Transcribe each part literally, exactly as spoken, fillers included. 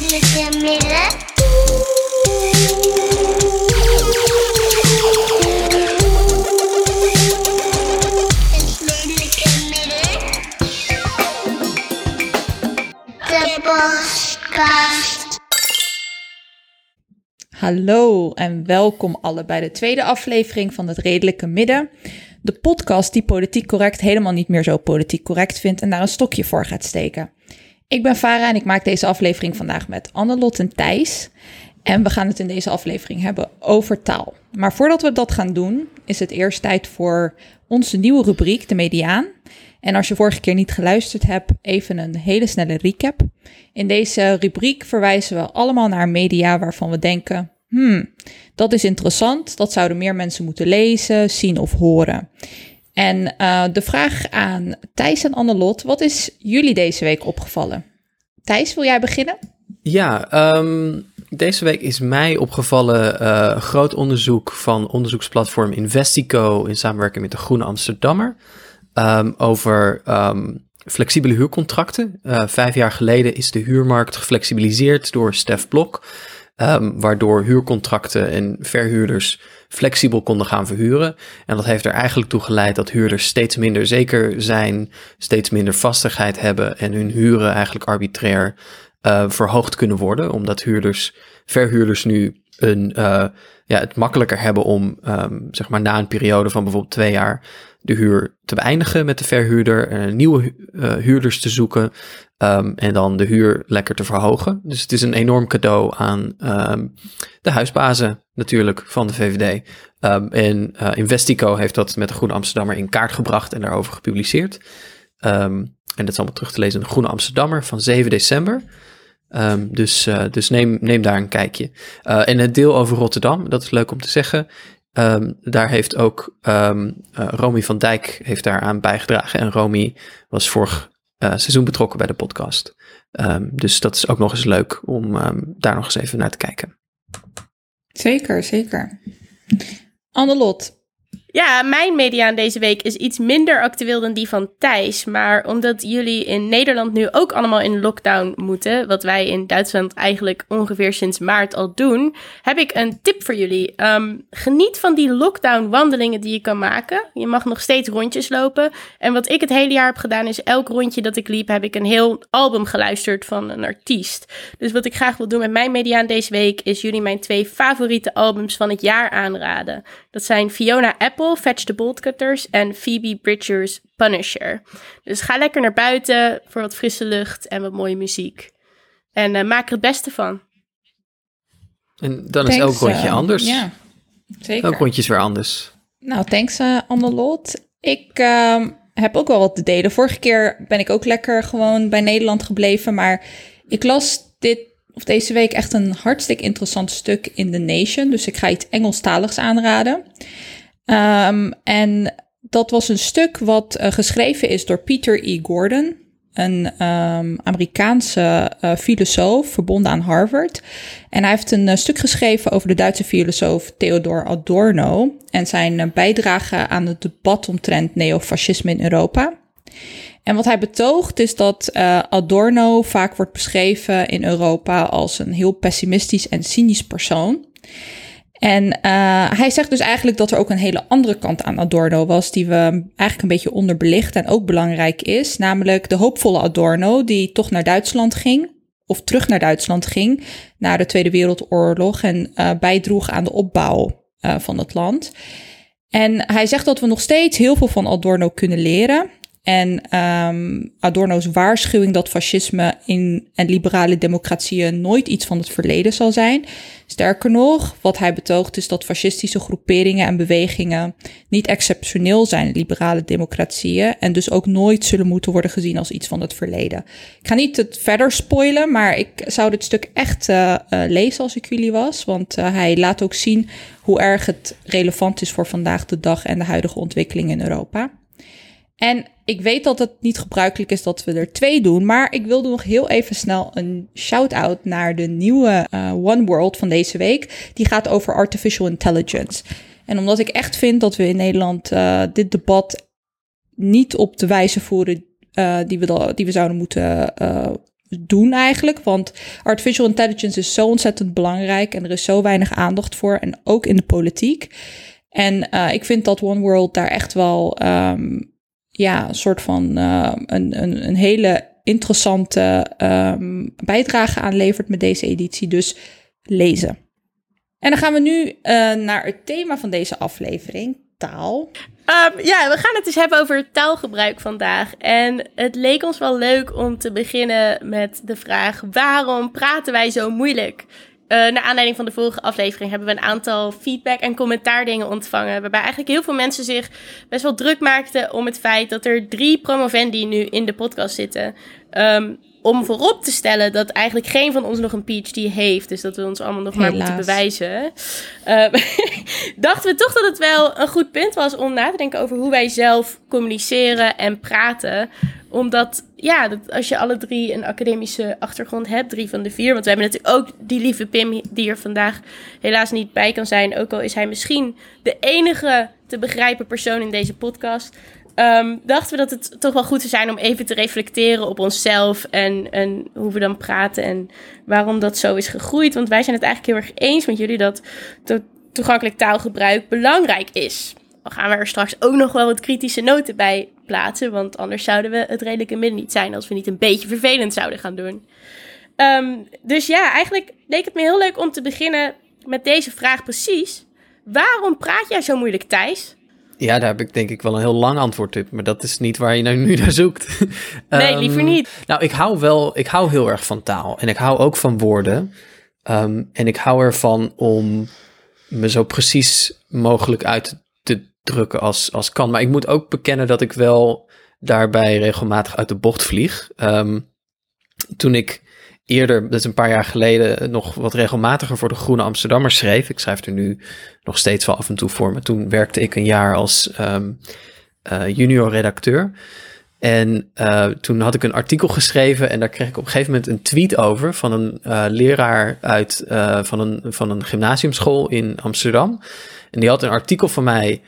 redelijke midden. Het redelijke midden. De podcast. Hallo en welkom alle bij de tweede aflevering van Het Redelijke Midden. De podcast die politiek correct helemaal niet meer zo politiek correct vindt en daar een stokje voor gaat steken. Ik ben Farah en ik maak deze aflevering vandaag met Annelot en Thijs. En we gaan het in deze aflevering hebben over taal. Maar voordat we dat gaan doen, is het eerst tijd voor onze nieuwe rubriek, de Mediaan. En als je vorige keer niet geluisterd hebt, even een hele snelle recap. In deze rubriek verwijzen we allemaal naar media waarvan we denken, hmm, dat is interessant, dat zouden meer mensen moeten lezen, zien of horen. En uh, de vraag aan Thijs en Annelot, wat is jullie deze week opgevallen? Thijs, wil jij beginnen? Ja, um, deze week is mij opgevallen uh, een groot onderzoek van onderzoeksplatform Investico in samenwerking met de Groene Amsterdammer um, over um, flexibele huurcontracten. Uh, vijf jaar geleden is de huurmarkt geflexibiliseerd door Stef Blok, um, waardoor huurcontracten en verhuurders flexibel konden gaan verhuren. En dat heeft er eigenlijk toe geleid dat huurders steeds minder zeker zijn, steeds minder vastigheid hebben en hun huren eigenlijk arbitrair uh, verhoogd kunnen worden, omdat huurders, verhuurders nu een, uh, ja, het makkelijker hebben om um, zeg maar na een periode van bijvoorbeeld twee jaar de huur te beëindigen met de verhuurder, en nieuwe uh, huurders te zoeken um, en dan de huur lekker te verhogen. Dus het is een enorm cadeau aan um, de huisbazen natuurlijk van de V V D. Um, en uh, Investico heeft dat met de Groene Amsterdammer in kaart gebracht en daarover gepubliceerd. Um, en dat is allemaal terug te lezen in de Groene Amsterdammer van zeven december. Um, dus uh, dus neem, neem daar een kijkje. Uh, en het deel over Rotterdam, dat is leuk om te zeggen. Um, daar heeft ook um, uh, Romy van Dijk heeft daaraan bijgedragen. En Romy was vorig uh, seizoen betrokken bij de podcast. Um, dus dat is ook nog eens leuk om um, daar nog eens even naar te kijken. Zeker, zeker. Annelot. Ja, mijn mediaan deze week is iets minder actueel dan die van Thijs. Maar omdat jullie in Nederland nu ook allemaal in lockdown moeten, wat wij in Duitsland eigenlijk ongeveer sinds maart al doen, heb ik een tip voor jullie. Um, geniet van die lockdown wandelingen die je kan maken. Je mag nog steeds rondjes lopen. En wat ik het hele jaar heb gedaan is elk rondje dat ik liep, heb ik een heel album geluisterd van een artiest. Dus wat ik graag wil doen met mijn mediaan deze week is jullie mijn twee favoriete albums van het jaar aanraden. Dat zijn Fiona Apple, Fetch the Bolt Cutters en Phoebe Bridgers, Punisher. Dus ga lekker naar buiten voor wat frisse lucht en wat mooie muziek. En uh, maak er het beste van. En dan Thanks, is elk rondje uh, anders. Ja, zeker. Elk rondje is weer anders. Nou, thanks uh, Annelot. Ik uh, heb ook wel wat te delen. Vorige keer ben ik ook lekker gewoon bij Nederland gebleven, maar ik las dit of deze week echt een hartstikke interessant stuk in The Nation. Dus ik ga iets Engelstaligs aanraden. Um, en dat was een stuk wat uh, geschreven is door Peter E. Gordon, een um, Amerikaanse uh, filosoof verbonden aan Harvard. En hij heeft een uh, stuk geschreven over de Duitse filosoof Theodor Adorno en zijn uh, bijdrage aan het debat omtrent neofascisme in Europa. En wat hij betoogt is dat uh, Adorno vaak wordt beschreven in Europa als een heel pessimistisch en cynisch persoon. En uh, hij zegt dus eigenlijk dat er ook een hele andere kant aan Adorno was, die we eigenlijk een beetje onderbelicht en ook belangrijk is. Namelijk de hoopvolle Adorno, die toch naar Duitsland ging, of terug naar Duitsland ging, na de Tweede Wereldoorlog en uh, bijdroeg aan de opbouw uh, van het land. En hij zegt dat we nog steeds heel veel van Adorno kunnen leren. En um, Adorno's waarschuwing dat fascisme in en liberale democratieën nooit iets van het verleden zal zijn. Sterker nog, wat hij betoogt is dat fascistische groeperingen en bewegingen niet exceptioneel zijn in liberale democratieën en dus ook nooit zullen moeten worden gezien als iets van het verleden. Ik ga niet het verder spoilen, maar ik zou dit stuk echt uh, uh, lezen als ik jullie was, want uh, hij laat ook zien hoe erg het relevant is voor vandaag de dag en de huidige ontwikkeling in Europa. En ik weet dat het niet gebruikelijk is dat we er twee doen, maar ik wilde nog heel even snel een shout-out naar de nieuwe uh, One World van deze week. Die gaat over artificial intelligence. En omdat ik echt vind dat we in Nederland uh, dit debat niet op de wijze voeren uh, die, we da- die we zouden moeten uh, doen eigenlijk. Want artificial intelligence is zo ontzettend belangrijk en er is zo weinig aandacht voor. En ook in de politiek. En uh, ik vind dat One World daar echt wel um, ja, een soort van uh, een, een, een hele interessante um, bijdrage aanlevert met deze editie. Dus lezen. En dan gaan we nu uh, naar het thema van deze aflevering, taal. Um, ja, we gaan het dus hebben over taalgebruik vandaag. En het leek ons wel leuk om te beginnen met de vraag: waarom praten wij zo moeilijk? Uh, naar aanleiding van de vorige aflevering hebben we een aantal feedback- en commentaardingen ontvangen, waarbij eigenlijk heel veel mensen zich best wel druk maakten om het feit dat er drie promovendi nu in de podcast zitten. Um, om voorop te stellen dat eigenlijk geen van ons nog een P H D heeft. Dus dat we ons allemaal nog Helaas. maar moeten bewijzen. Uh, dachten we toch dat het wel een goed punt was om na te denken over hoe wij zelf communiceren en praten. Omdat, ja, dat als je alle drie een academische achtergrond hebt, drie van de vier. Want we hebben natuurlijk ook die lieve Pim die er vandaag helaas niet bij kan zijn. Ook al is hij misschien de enige te begrijpen persoon in deze podcast. Um, dachten we dat het toch wel goed zou zijn om even te reflecteren op onszelf en, en hoe we dan praten en waarom dat zo is gegroeid. Want wij zijn het eigenlijk heel erg eens met jullie dat to- toegankelijk taalgebruik belangrijk is. Al gaan we er straks ook nog wel wat kritische noten bij plaatsen, want anders zouden we het redelijke midden niet zijn als we niet een beetje vervelend zouden gaan doen. Um, dus ja, eigenlijk leek het me heel leuk om te beginnen met deze vraag precies. Waarom praat jij zo moeilijk, Thijs? Ja, daar heb ik denk ik wel een heel lang antwoord op, maar dat is niet waar je nou nu naar zoekt. Nee, um, liever niet. Nou, ik hou wel, ik hou heel erg van taal en ik hou ook van woorden. Um, en ik hou ervan om me zo precies mogelijk uit te drukken als, als kan. Maar ik moet ook bekennen dat ik wel daarbij regelmatig uit de bocht vlieg. Um, toen ik eerder, dat is een paar jaar geleden, nog wat regelmatiger voor de Groene Amsterdammer schreef. Ik schrijf er nu nog steeds wel af en toe voor. Maar toen werkte ik een jaar als um, uh, junior redacteur. En uh, toen had ik een artikel geschreven en daar kreeg ik op een gegeven moment een tweet over van een uh, leraar uit uh, van, een, van een gymnasiumschool in Amsterdam. En die had een artikel van mij,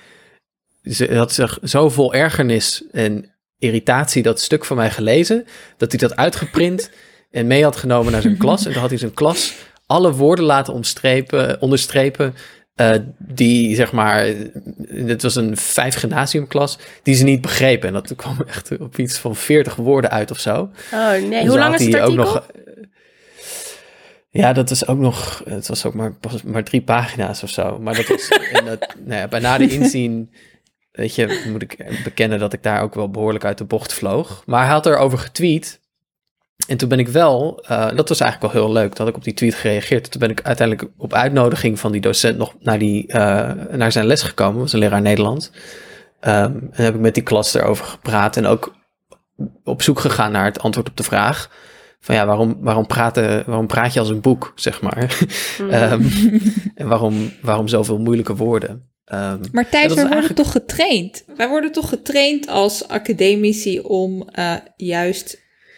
ze had zich zo vol ergernis en irritatie dat stuk van mij gelezen, dat hij dat uitgeprint en mee had genomen naar zijn klas. En dan had hij zijn klas alle woorden laten omstrepen, onderstrepen uh, die, zeg maar, het was een vijf gymnasiumklas, die ze niet begrepen. En dat kwam echt op iets van veertig woorden uit of zo. Oh nee, dus hoe lang is het artikel? Nog, ja, dat is ook nog, het was ook maar, maar drie pagina's of zo. Maar dat was, en dat, nou ja, bij nader inzien, weet je, moet ik bekennen dat ik daar ook wel behoorlijk uit de bocht vloog. Maar hij had erover getweet. En toen ben ik wel, uh, dat was eigenlijk wel heel leuk, dat had ik op die tweet gereageerd. Toen ben ik uiteindelijk op uitnodiging van die docent nog naar, die, uh, naar zijn les gekomen. Dat was een leraar Nederlands. Um, en heb ik met die klas erover gepraat en ook op zoek gegaan naar het antwoord op de vraag van ja, waarom, waarom, praten, waarom praat je als een boek, zeg maar. Mm. um, en waarom, waarom zoveel moeilijke woorden. Um, maar Thijs, wij worden eigenlijk... toch getraind? Wij worden toch getraind als academici om uh, juist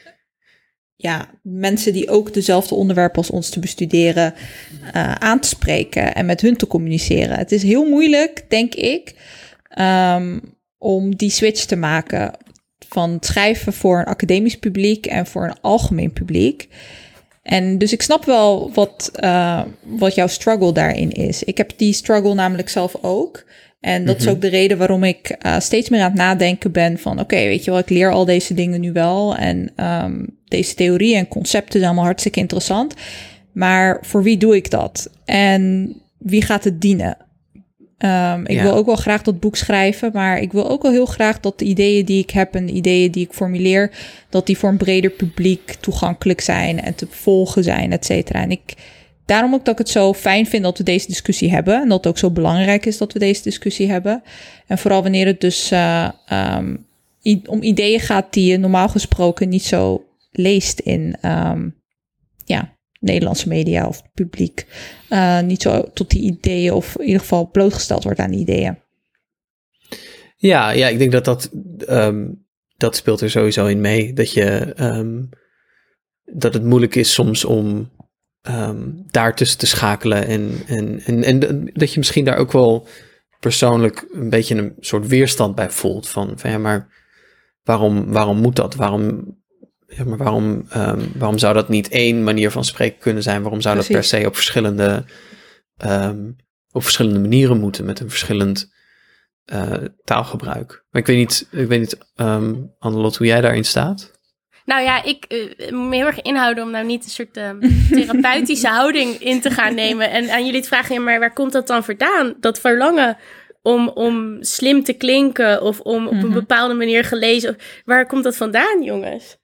ja, mensen die ook dezelfde onderwerpen als ons te bestuderen uh, aan te spreken en met hun te communiceren. Het is heel moeilijk, denk ik, um, om die switch te maken van schrijven voor een academisch publiek en voor een algemeen publiek. En dus ik snap wel wat, uh, wat jouw struggle daarin is. Ik heb die struggle namelijk zelf ook. En dat mm-hmm. is ook de reden waarom ik uh, steeds meer aan het nadenken ben van oké, okay, weet je wel, ik leer al deze dingen nu wel. En um, deze theorieën en concepten zijn allemaal hartstikke interessant. Maar voor wie doe ik dat? En wie gaat het dienen? Um, ik ja. wil ook wel graag dat boek schrijven, maar ik wil ook wel heel graag dat de ideeën die ik heb en de ideeën die ik formuleer, dat die voor een breder publiek toegankelijk zijn en te volgen zijn, et cetera. En ik, daarom ook dat ik het zo fijn vind dat we deze discussie hebben en dat het ook zo belangrijk is dat we deze discussie hebben. En vooral wanneer het dus uh, um, i- om ideeën gaat die je normaal gesproken niet zo leest in um, ja, Nederlandse media of publiek uh, niet zo tot die ideeën of in ieder geval blootgesteld wordt aan die ideeën. Ja, ja, ik denk dat dat, um, dat speelt er sowieso in mee. Dat je um, dat het moeilijk is soms om um, daartussen te schakelen en, en, en, en dat je misschien daar ook wel persoonlijk een beetje een soort weerstand bij voelt van, van ja, maar waarom, waarom moet dat? Waarom ja, maar waarom, um, waarom zou dat niet één manier van spreken kunnen zijn? Waarom zou Precies. dat per se op verschillende, um, op verschillende manieren moeten met een verschillend uh, taalgebruik? Maar ik weet niet, ik weet niet, um, Annelot, hoe jij daarin staat? Nou ja, ik uh, moet me heel erg inhouden om nou niet een soort uh, therapeutische houding in te gaan nemen. En aan jullie te vragen, ja, maar waar komt dat dan vandaan? Dat verlangen om, om slim te klinken of om op een Mm-hmm. bepaalde manier gelezen. Waar komt dat vandaan, jongens?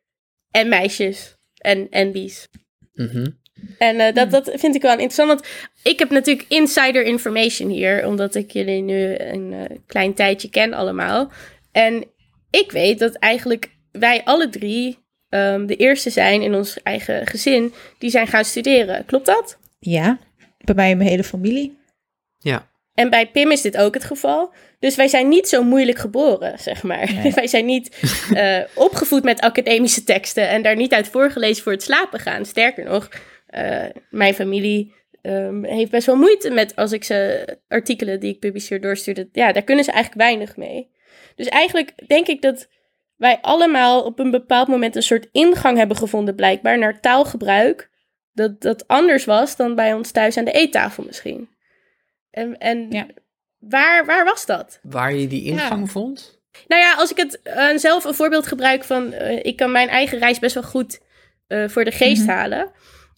En meisjes. En, en bies. Mm-hmm. En uh, dat, dat vind ik wel interessant, want ik heb natuurlijk insider information hier, omdat ik jullie nu een uh, klein tijdje ken allemaal. En ik weet dat eigenlijk wij alle drie um, de eerste zijn in ons eigen gezin die zijn gaan studeren. Klopt dat? Ja, bij mij en mijn hele familie. Ja. En bij Pim is dit ook het geval. Dus wij zijn niet zo moeilijk geboren, zeg maar. Nee. Wij zijn niet uh, opgevoed met academische teksten en daar niet uit voorgelezen voor het slapen gaan. Sterker nog, uh, mijn familie um, heeft best wel moeite met als ik ze artikelen die ik publiceer doorstuurde. Ja, daar kunnen ze eigenlijk weinig mee. Dus eigenlijk denk ik dat wij allemaal op een bepaald moment een soort ingang hebben gevonden, blijkbaar, naar taalgebruik. Dat, dat anders was dan bij ons thuis aan de eettafel misschien. En, en Ja. waar, waar was dat? Waar je die ingang Ja. vond? Nou ja, als ik het uh, zelf een voorbeeld gebruik van... Uh, ik kan mijn eigen reis best wel goed uh, voor de geest Mhm. halen.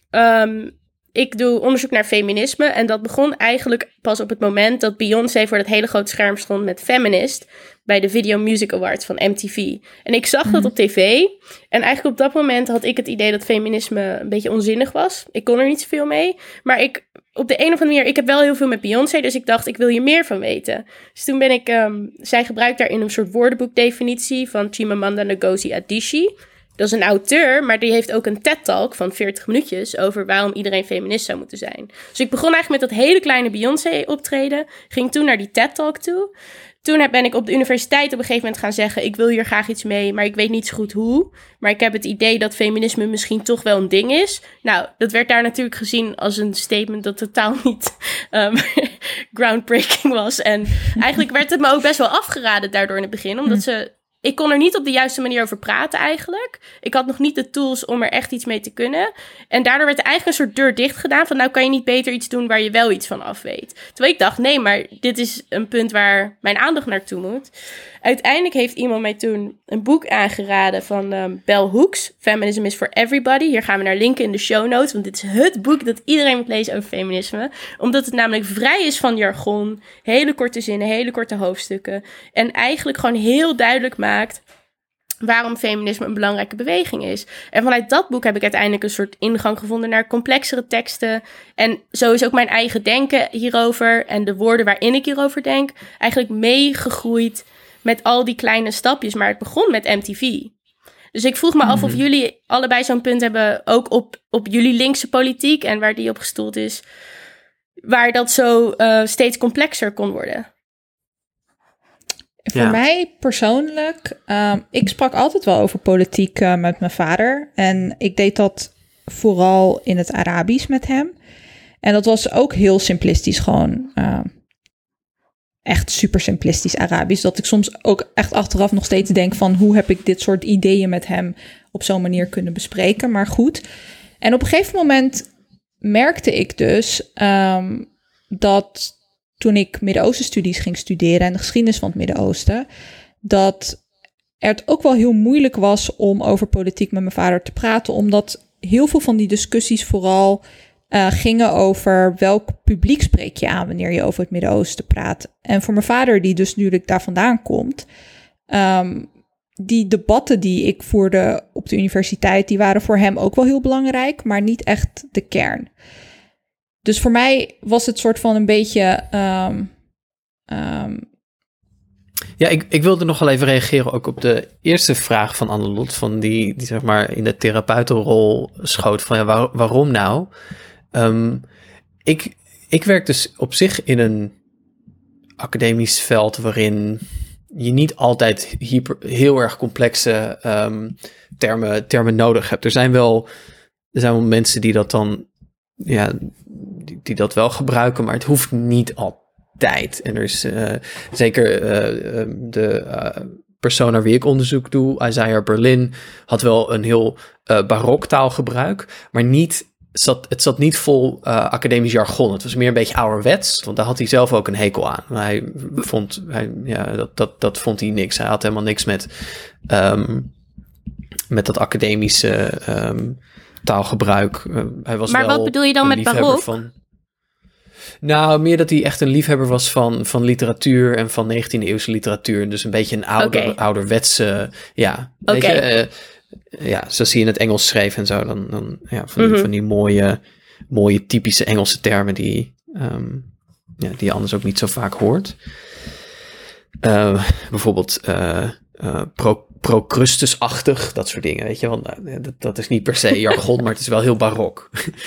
Um, ik doe onderzoek naar feminisme. En dat begon eigenlijk pas op het moment dat Beyoncé voor dat hele grote scherm stond met Feminist bij de Video Music Awards van M T V. En ik zag dat op tv. En eigenlijk op dat moment had ik het idee dat feminisme een beetje onzinnig was. Ik kon er niet zoveel mee. Maar ik, op de een of andere manier, ik heb wel heel veel met Beyoncé, dus ik dacht, ik wil hier meer van weten. Dus toen ben ik, um, zij gebruikt daarin een soort woordenboekdefinitie van Chimamanda Ngozi Adichie. Dat is een auteur, maar die heeft ook een TED-talk van veertig minuutjes over waarom iedereen feminist zou moeten zijn. Dus ik begon eigenlijk met dat hele kleine Beyoncé-optreden, ging toen naar die TED-talk toe. Toen ben ik op de universiteit op een gegeven moment gaan zeggen, ik wil hier graag iets mee, maar ik weet niet zo goed hoe. Maar ik heb het idee dat feminisme misschien toch wel een ding is. Nou, dat werd daar natuurlijk gezien als een statement dat totaal niet um, groundbreaking was. En eigenlijk werd het me ook best wel afgeraden daardoor in het begin, omdat ze... Ik kon er niet op de juiste manier over praten eigenlijk. Ik had nog niet de tools om er echt iets mee te kunnen. En daardoor werd er eigenlijk een soort deur dicht gedaan van, nou kan je niet beter iets doen waar je wel iets van af weet. Terwijl ik dacht, nee, maar dit is een punt waar mijn aandacht naartoe moet. Uiteindelijk heeft iemand mij toen een boek aangeraden van um, Bell Hooks. Feminism is for Everybody. Hier gaan we naar linken in de show notes, want dit is het boek dat iedereen moet lezen over feminisme. Omdat het namelijk vrij is van jargon, hele korte zinnen, hele korte hoofdstukken. En eigenlijk gewoon heel duidelijk maakt waarom feminisme een belangrijke beweging is. En vanuit dat boek heb ik uiteindelijk een soort ingang gevonden naar complexere teksten. En zo is ook mijn eigen denken hierover en de woorden waarin ik hierover denk eigenlijk meegegroeid met al die kleine stapjes. Maar het begon met M T V. Dus ik vroeg me af of jullie allebei zo'n punt hebben, ook op, op jullie linkse politiek en waar die op gestoeld is, waar dat zo uh, steeds complexer kon worden. Voor Ja. mij persoonlijk, um, ik sprak altijd wel over politiek uh, met mijn vader. En ik deed dat vooral in het Arabisch met hem. En dat was ook heel simplistisch, gewoon uh, echt super simplistisch Arabisch. Dat ik soms ook echt achteraf nog steeds denk van, hoe heb ik dit soort ideeën met hem op zo'n manier kunnen bespreken? Maar goed. En op een gegeven moment merkte ik dus um, dat toen ik Midden-Oosten studies ging studeren en de geschiedenis van het Midden-Oosten, dat het ook wel heel moeilijk was om over politiek met mijn vader te praten, omdat heel veel van die discussies vooral uh, gingen over welk publiek spreek je aan wanneer je over het Midden-Oosten praat. En voor mijn vader, die dus natuurlijk daar vandaan komt, um, die debatten die ik voerde op de universiteit, die waren voor hem ook wel heel belangrijk, maar niet echt de kern. Dus voor mij was het soort van een beetje... Um, um... Ja, ik, ik wilde nog wel even reageren ook op de eerste vraag van Annelot, van die, die zeg maar in de therapeutenrol schoot van ja, waar, waarom nou? Um, ik, ik werk dus op zich in een academisch veld waarin je niet altijd hyper, heel erg complexe um, termen, termen nodig hebt. Er zijn wel, er zijn wel mensen die dat dan, ja, die, die dat wel gebruiken, maar het hoeft niet altijd. En er is uh, zeker uh, de uh, persoon naar wie ik onderzoek doe, Isaiah Berlin, had wel een heel uh, barok taalgebruik, maar niet, zat, het zat niet vol uh, academisch jargon. Het was meer een beetje ouderwets, want daar had hij zelf ook een hekel aan. Hij vond, hij, ja, dat, dat, dat vond hij niks. Hij had helemaal niks met, um, met dat academische um, taalgebruik. Uh, hij was maar wel wat bedoel je dan met barok? Van, nou, meer dat hij echt een liefhebber was van, van literatuur en van negentiende eeuwse literatuur. Dus een beetje een ouder, okay. ouderwetse, ja. Oké. Okay. Uh, ja, zoals hij in het Engels schreef en zo. Dan, dan ja, van, die, mm-hmm. van die mooie, mooie typische Engelse termen die, um, ja, die je anders ook niet zo vaak hoort. Uh, bijvoorbeeld uh, uh, pro, Procrustus-achtig, dat soort dingen, weet je. Want nou, dat, dat is niet per se jargon, maar het is wel heel barok.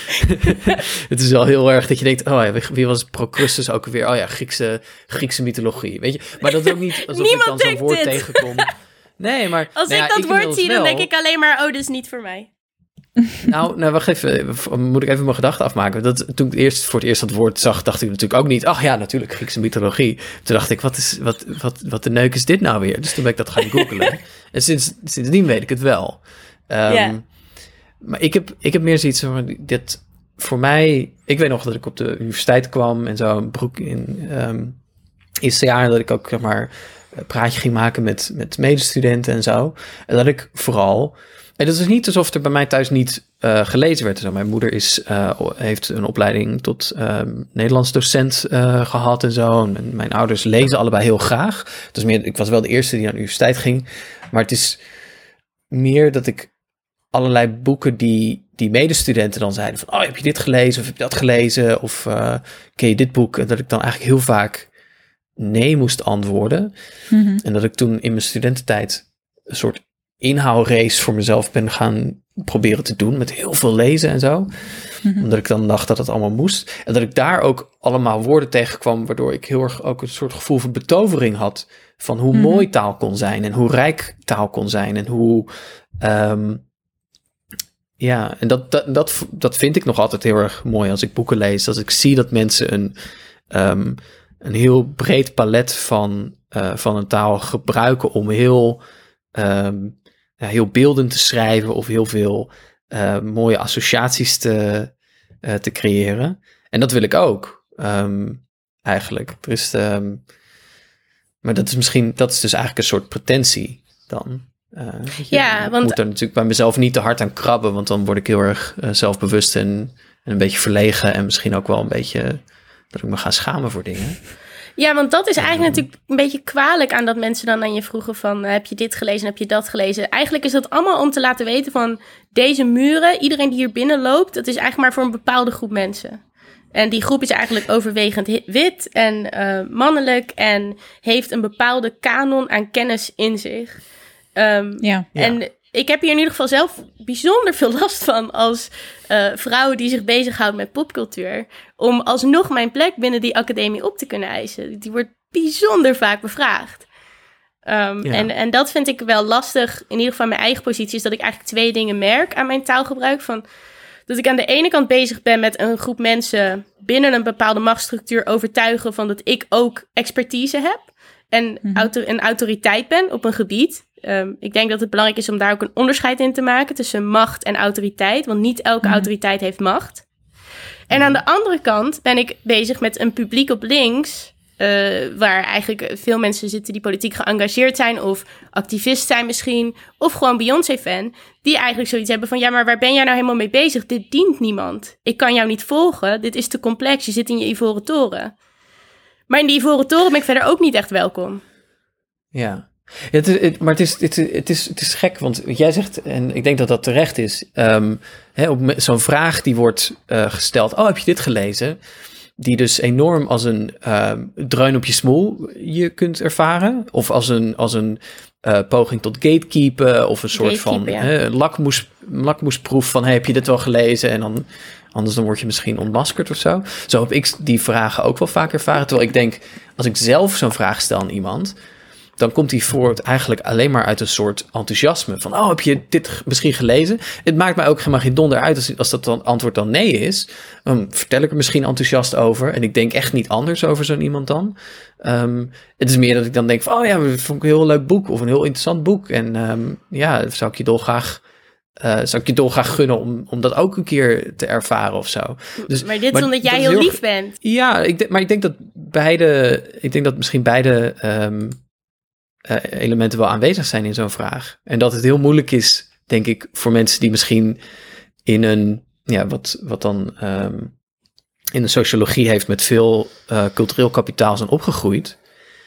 Het is wel heel erg dat je denkt, oh ja, wie was Procrustus ook alweer? Oh ja, Griekse, Griekse mythologie, weet je. Maar dat is ook niet alsof ik dan zo'n woord dit. tegenkom. Nee, maar... Als nou ik ja, dat ik woord zie, wel... dan denk ik alleen maar, oh, dat is niet voor mij. Nou, nou, wacht even. Moet ik even mijn gedachten afmaken. Dat, toen ik eerst, voor het eerst dat woord zag, dacht ik natuurlijk ook niet... Ach ja, natuurlijk, Griekse mythologie. Toen dacht ik, wat, is, wat, wat, wat de neuk is dit nou weer? Dus toen ben ik dat gaan googlen. En sinds, sindsdien weet ik het wel. Um, yeah. Maar ik heb, ik heb meer zoiets van... Dit, voor mij... Ik weet nog dat ik op de universiteit kwam en zo... Een broek in um, eerste jaar dat ik ook, zeg maar... een praatje ging maken met, met medestudenten en zo. En dat ik vooral... En dat is niet alsof er bij mij thuis niet uh, gelezen werd. Zo. Mijn moeder is, uh, heeft een opleiding tot uh, Nederlands docent uh, gehad en zo. En mijn ouders lezen allebei heel graag. Dus meer, ik was wel de eerste die naar de universiteit ging. Maar het is meer dat ik allerlei boeken die, die medestudenten dan zeiden van... Oh, heb je dit gelezen of heb je dat gelezen? Of uh, ken je dit boek? En dat ik dan eigenlijk heel vaak nee moest antwoorden. Mm-hmm. En dat ik toen in mijn studententijd een soort... inhoudrace voor mezelf ben gaan proberen te doen met heel veel lezen en zo. Mm-hmm. Omdat ik dan dacht dat het allemaal moest. En dat ik daar ook allemaal woorden tegenkwam, waardoor ik heel erg ook een soort gevoel van betovering had van hoe mm-hmm. mooi taal kon zijn en hoe rijk taal kon zijn en hoe... Um, ja, en dat, dat, dat, dat vind ik nog altijd heel erg mooi als ik boeken lees. Als ik zie dat mensen een, um, een heel breed palet van, uh, van een taal gebruiken om heel... Um, ja, heel beeldend te schrijven of heel veel uh, mooie associaties te, uh, te creëren. En dat wil ik ook, um, eigenlijk. Er is, um, maar dat is misschien, dat is dus eigenlijk een soort pretentie dan. Uh, ja, ik want... moet er natuurlijk bij mezelf niet te hard aan krabben, want dan word ik heel erg uh, zelfbewust en, en een beetje verlegen en misschien ook wel een beetje dat ik me ga schamen voor dingen. Ja, want dat is eigenlijk natuurlijk een beetje kwalijk aan dat mensen dan aan je vroegen van... heb je dit gelezen, heb je dat gelezen? Eigenlijk is dat allemaal om te laten weten van deze muren... iedereen die hier binnen loopt, dat is eigenlijk maar voor een bepaalde groep mensen. En die groep is eigenlijk overwegend wit en uh, mannelijk... en heeft een bepaalde kanon aan kennis in zich. Um, ja. En ja. ik heb hier in ieder geval zelf bijzonder veel last van... als uh, vrouw die zich bezighoudt met popcultuur... om alsnog mijn plek binnen die academie op te kunnen eisen. Die wordt bijzonder vaak bevraagd. Um, ja. en, en dat vind ik wel lastig, in ieder geval mijn eigen positie... is dat ik eigenlijk twee dingen merk aan mijn taalgebruik. Van, dat ik aan de ene kant bezig ben met een groep mensen... binnen een bepaalde machtsstructuur overtuigen... van dat ik ook expertise heb... en mm-hmm. auto- een autoriteit ben op een gebied... Um, ik denk dat het belangrijk is om daar ook een onderscheid in te maken... tussen macht en autoriteit, want niet elke mm. autoriteit heeft macht. En aan de andere kant ben ik bezig met een publiek op links... Uh, waar eigenlijk veel mensen zitten die politiek geëngageerd zijn... of activist zijn misschien, of gewoon Beyoncé-fan... die eigenlijk zoiets hebben van... ja, maar waar ben jij nou helemaal mee bezig? Dit dient niemand. Ik kan jou niet volgen, dit is te complex, je zit in je ivoren toren. Maar in die ivoren toren ben ik verder ook niet echt welkom. Ja. Ja, het is, het, maar het is, het, het, is, het is gek, want wat jij zegt, en ik denk dat dat terecht is... Um, hè, op zo'n vraag die wordt uh, gesteld... oh, heb je dit gelezen? Die dus enorm als een um, dreun op je smoel je kunt ervaren. Of als een, als een uh, poging tot gatekeepen... of een soort van ja. hè, lakmoes, lakmoesproef van... Hey, heb je dit wel gelezen? En dan, anders dan word je misschien ontmaskerd of zo. Zo heb ik die vragen ook wel vaak ervaren. Terwijl ik denk, als ik zelf zo'n vraag stel aan iemand... dan komt die voort eigenlijk alleen maar uit een soort enthousiasme. Van, oh, heb je dit misschien gelezen? Het maakt mij ook helemaal geen donder uit als, als dat dan antwoord dan nee is. Dan vertel ik er misschien enthousiast over. En ik denk echt niet anders over zo'n iemand dan. Um, het is meer dat ik dan denk van, oh ja, dat vond ik een heel leuk boek of een heel interessant boek. En um, ja, dat zou ik je dolgraag... Uh, zou ik je dolgraag gunnen om, om dat ook een keer te ervaren of zo. Dus, maar dit maar omdat jij dat heel, heel lief bent. Ja, ik denk, maar ik denk dat beide, ik denk dat misschien beide um, uh, elementen wel aanwezig zijn in zo'n vraag. En dat het heel moeilijk is, denk ik, voor mensen die misschien in een, ja, wat, wat dan um, in de sociologie heeft met veel uh, cultureel kapitaal zijn opgegroeid.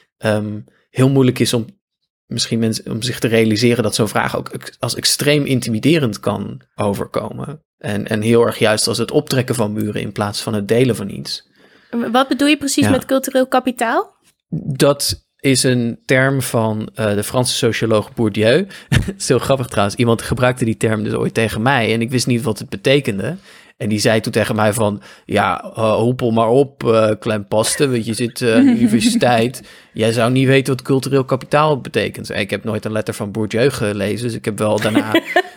Um, heel moeilijk is om misschien mensen om zich te realiseren dat zo'n vraag ook als extreem intimiderend kan overkomen. En, en heel erg juist als het optrekken van muren in plaats van het delen van iets. Wat bedoel je precies ja. met cultureel kapitaal? Dat is een term van uh, de Franse socioloog Bourdieu. Het is heel grappig trouwens. Iemand gebruikte die term dus ooit tegen mij en ik wist niet wat het betekende. En die zei toen tegen mij van, ja, uh, hoepel maar op, uh, klein paste, want je zit uh, aan de universiteit. Jij zou niet weten wat cultureel kapitaal betekent. Ik heb nooit een letter van Bourdieu gelezen, dus ik heb wel daarna,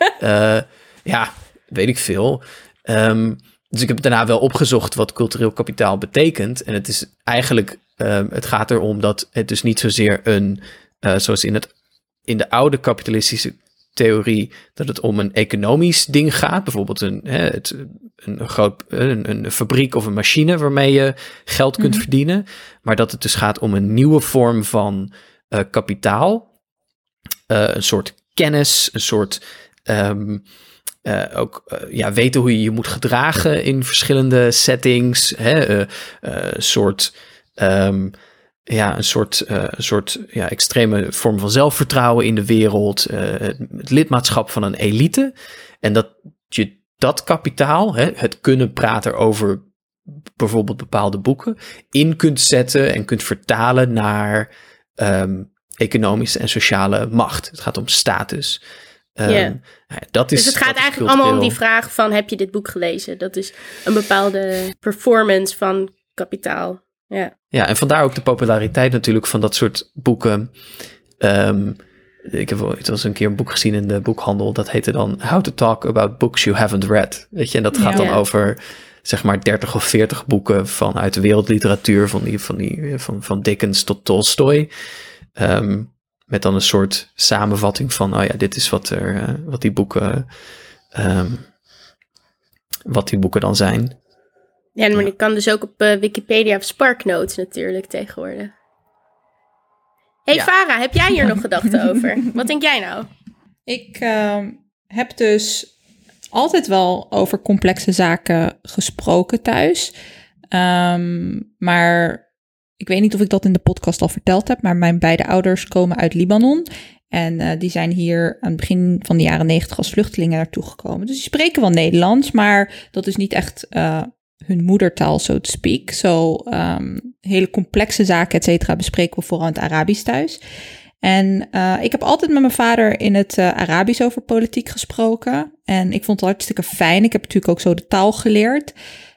uh, ja, weet ik veel. Um, dus ik heb daarna wel opgezocht wat cultureel kapitaal betekent. En het is eigenlijk, um, het gaat erom dat het dus niet zozeer een, uh, zoals in, het, in de oude kapitalistische theorie, dat het om een economisch ding gaat. Bijvoorbeeld een, hè, het, een, groot, een, een fabriek of een machine waarmee je geld kunt mm-hmm. verdienen. Maar dat het dus gaat om een nieuwe vorm van uh, kapitaal. Uh, een soort kennis, een soort um, uh, ook uh, ja, weten hoe je je moet gedragen in verschillende settings. Hè, uh, uh, een soort... Um, Ja, een soort, uh, een soort ja, extreme vorm van zelfvertrouwen in de wereld. Uh, het lidmaatschap van een elite. En dat je dat kapitaal, hè, het kunnen praten over bijvoorbeeld bepaalde boeken, in kunt zetten en kunt vertalen naar um, economische en sociale macht. Het gaat om status. Um, yeah. ja, dat is, dus het gaat eigenlijk cultureel... allemaal om die vraag van, heb je dit boek gelezen? Dat is een bepaalde performance van kapitaal. Ja. Ja, en vandaar ook de populariteit natuurlijk van dat soort boeken. Um, ik heb wel eens een keer een boek gezien in de boekhandel. Dat heette dan How to Talk About Books You Haven't Read. Weet je, en dat gaat ja, dan ja. over zeg maar dertig of veertig boeken vanuit de wereldliteratuur. Van, die, van, die, van, van Dickens tot Tolstoy. Um, met dan een soort samenvatting van, oh ja, dit is wat, er, uh, wat, die, boeken, um, wat die boeken dan zijn. Ja, maar je kan dus ook op uh, Wikipedia of SparkNotes natuurlijk tegenwoordig. Hey ja. Farah, heb jij hier nog gedachten over? Wat denk jij nou? Ik uh, heb dus altijd wel over complexe zaken gesproken thuis. Um, maar ik weet niet of ik dat in de podcast al verteld heb, maar mijn beide ouders komen uit Libanon. En uh, die zijn hier aan het begin van de jaren negentig als vluchtelingen naartoe gekomen. Dus die spreken wel Nederlands, maar dat is niet echt... Uh, hun moedertaal, so to speak. Zo um, hele complexe zaken, et cetera, bespreken we vooral in het Arabisch thuis. En uh, ik heb altijd met mijn vader in het uh, Arabisch over politiek gesproken. En ik vond het hartstikke fijn. Ik heb natuurlijk ook zo de taal geleerd.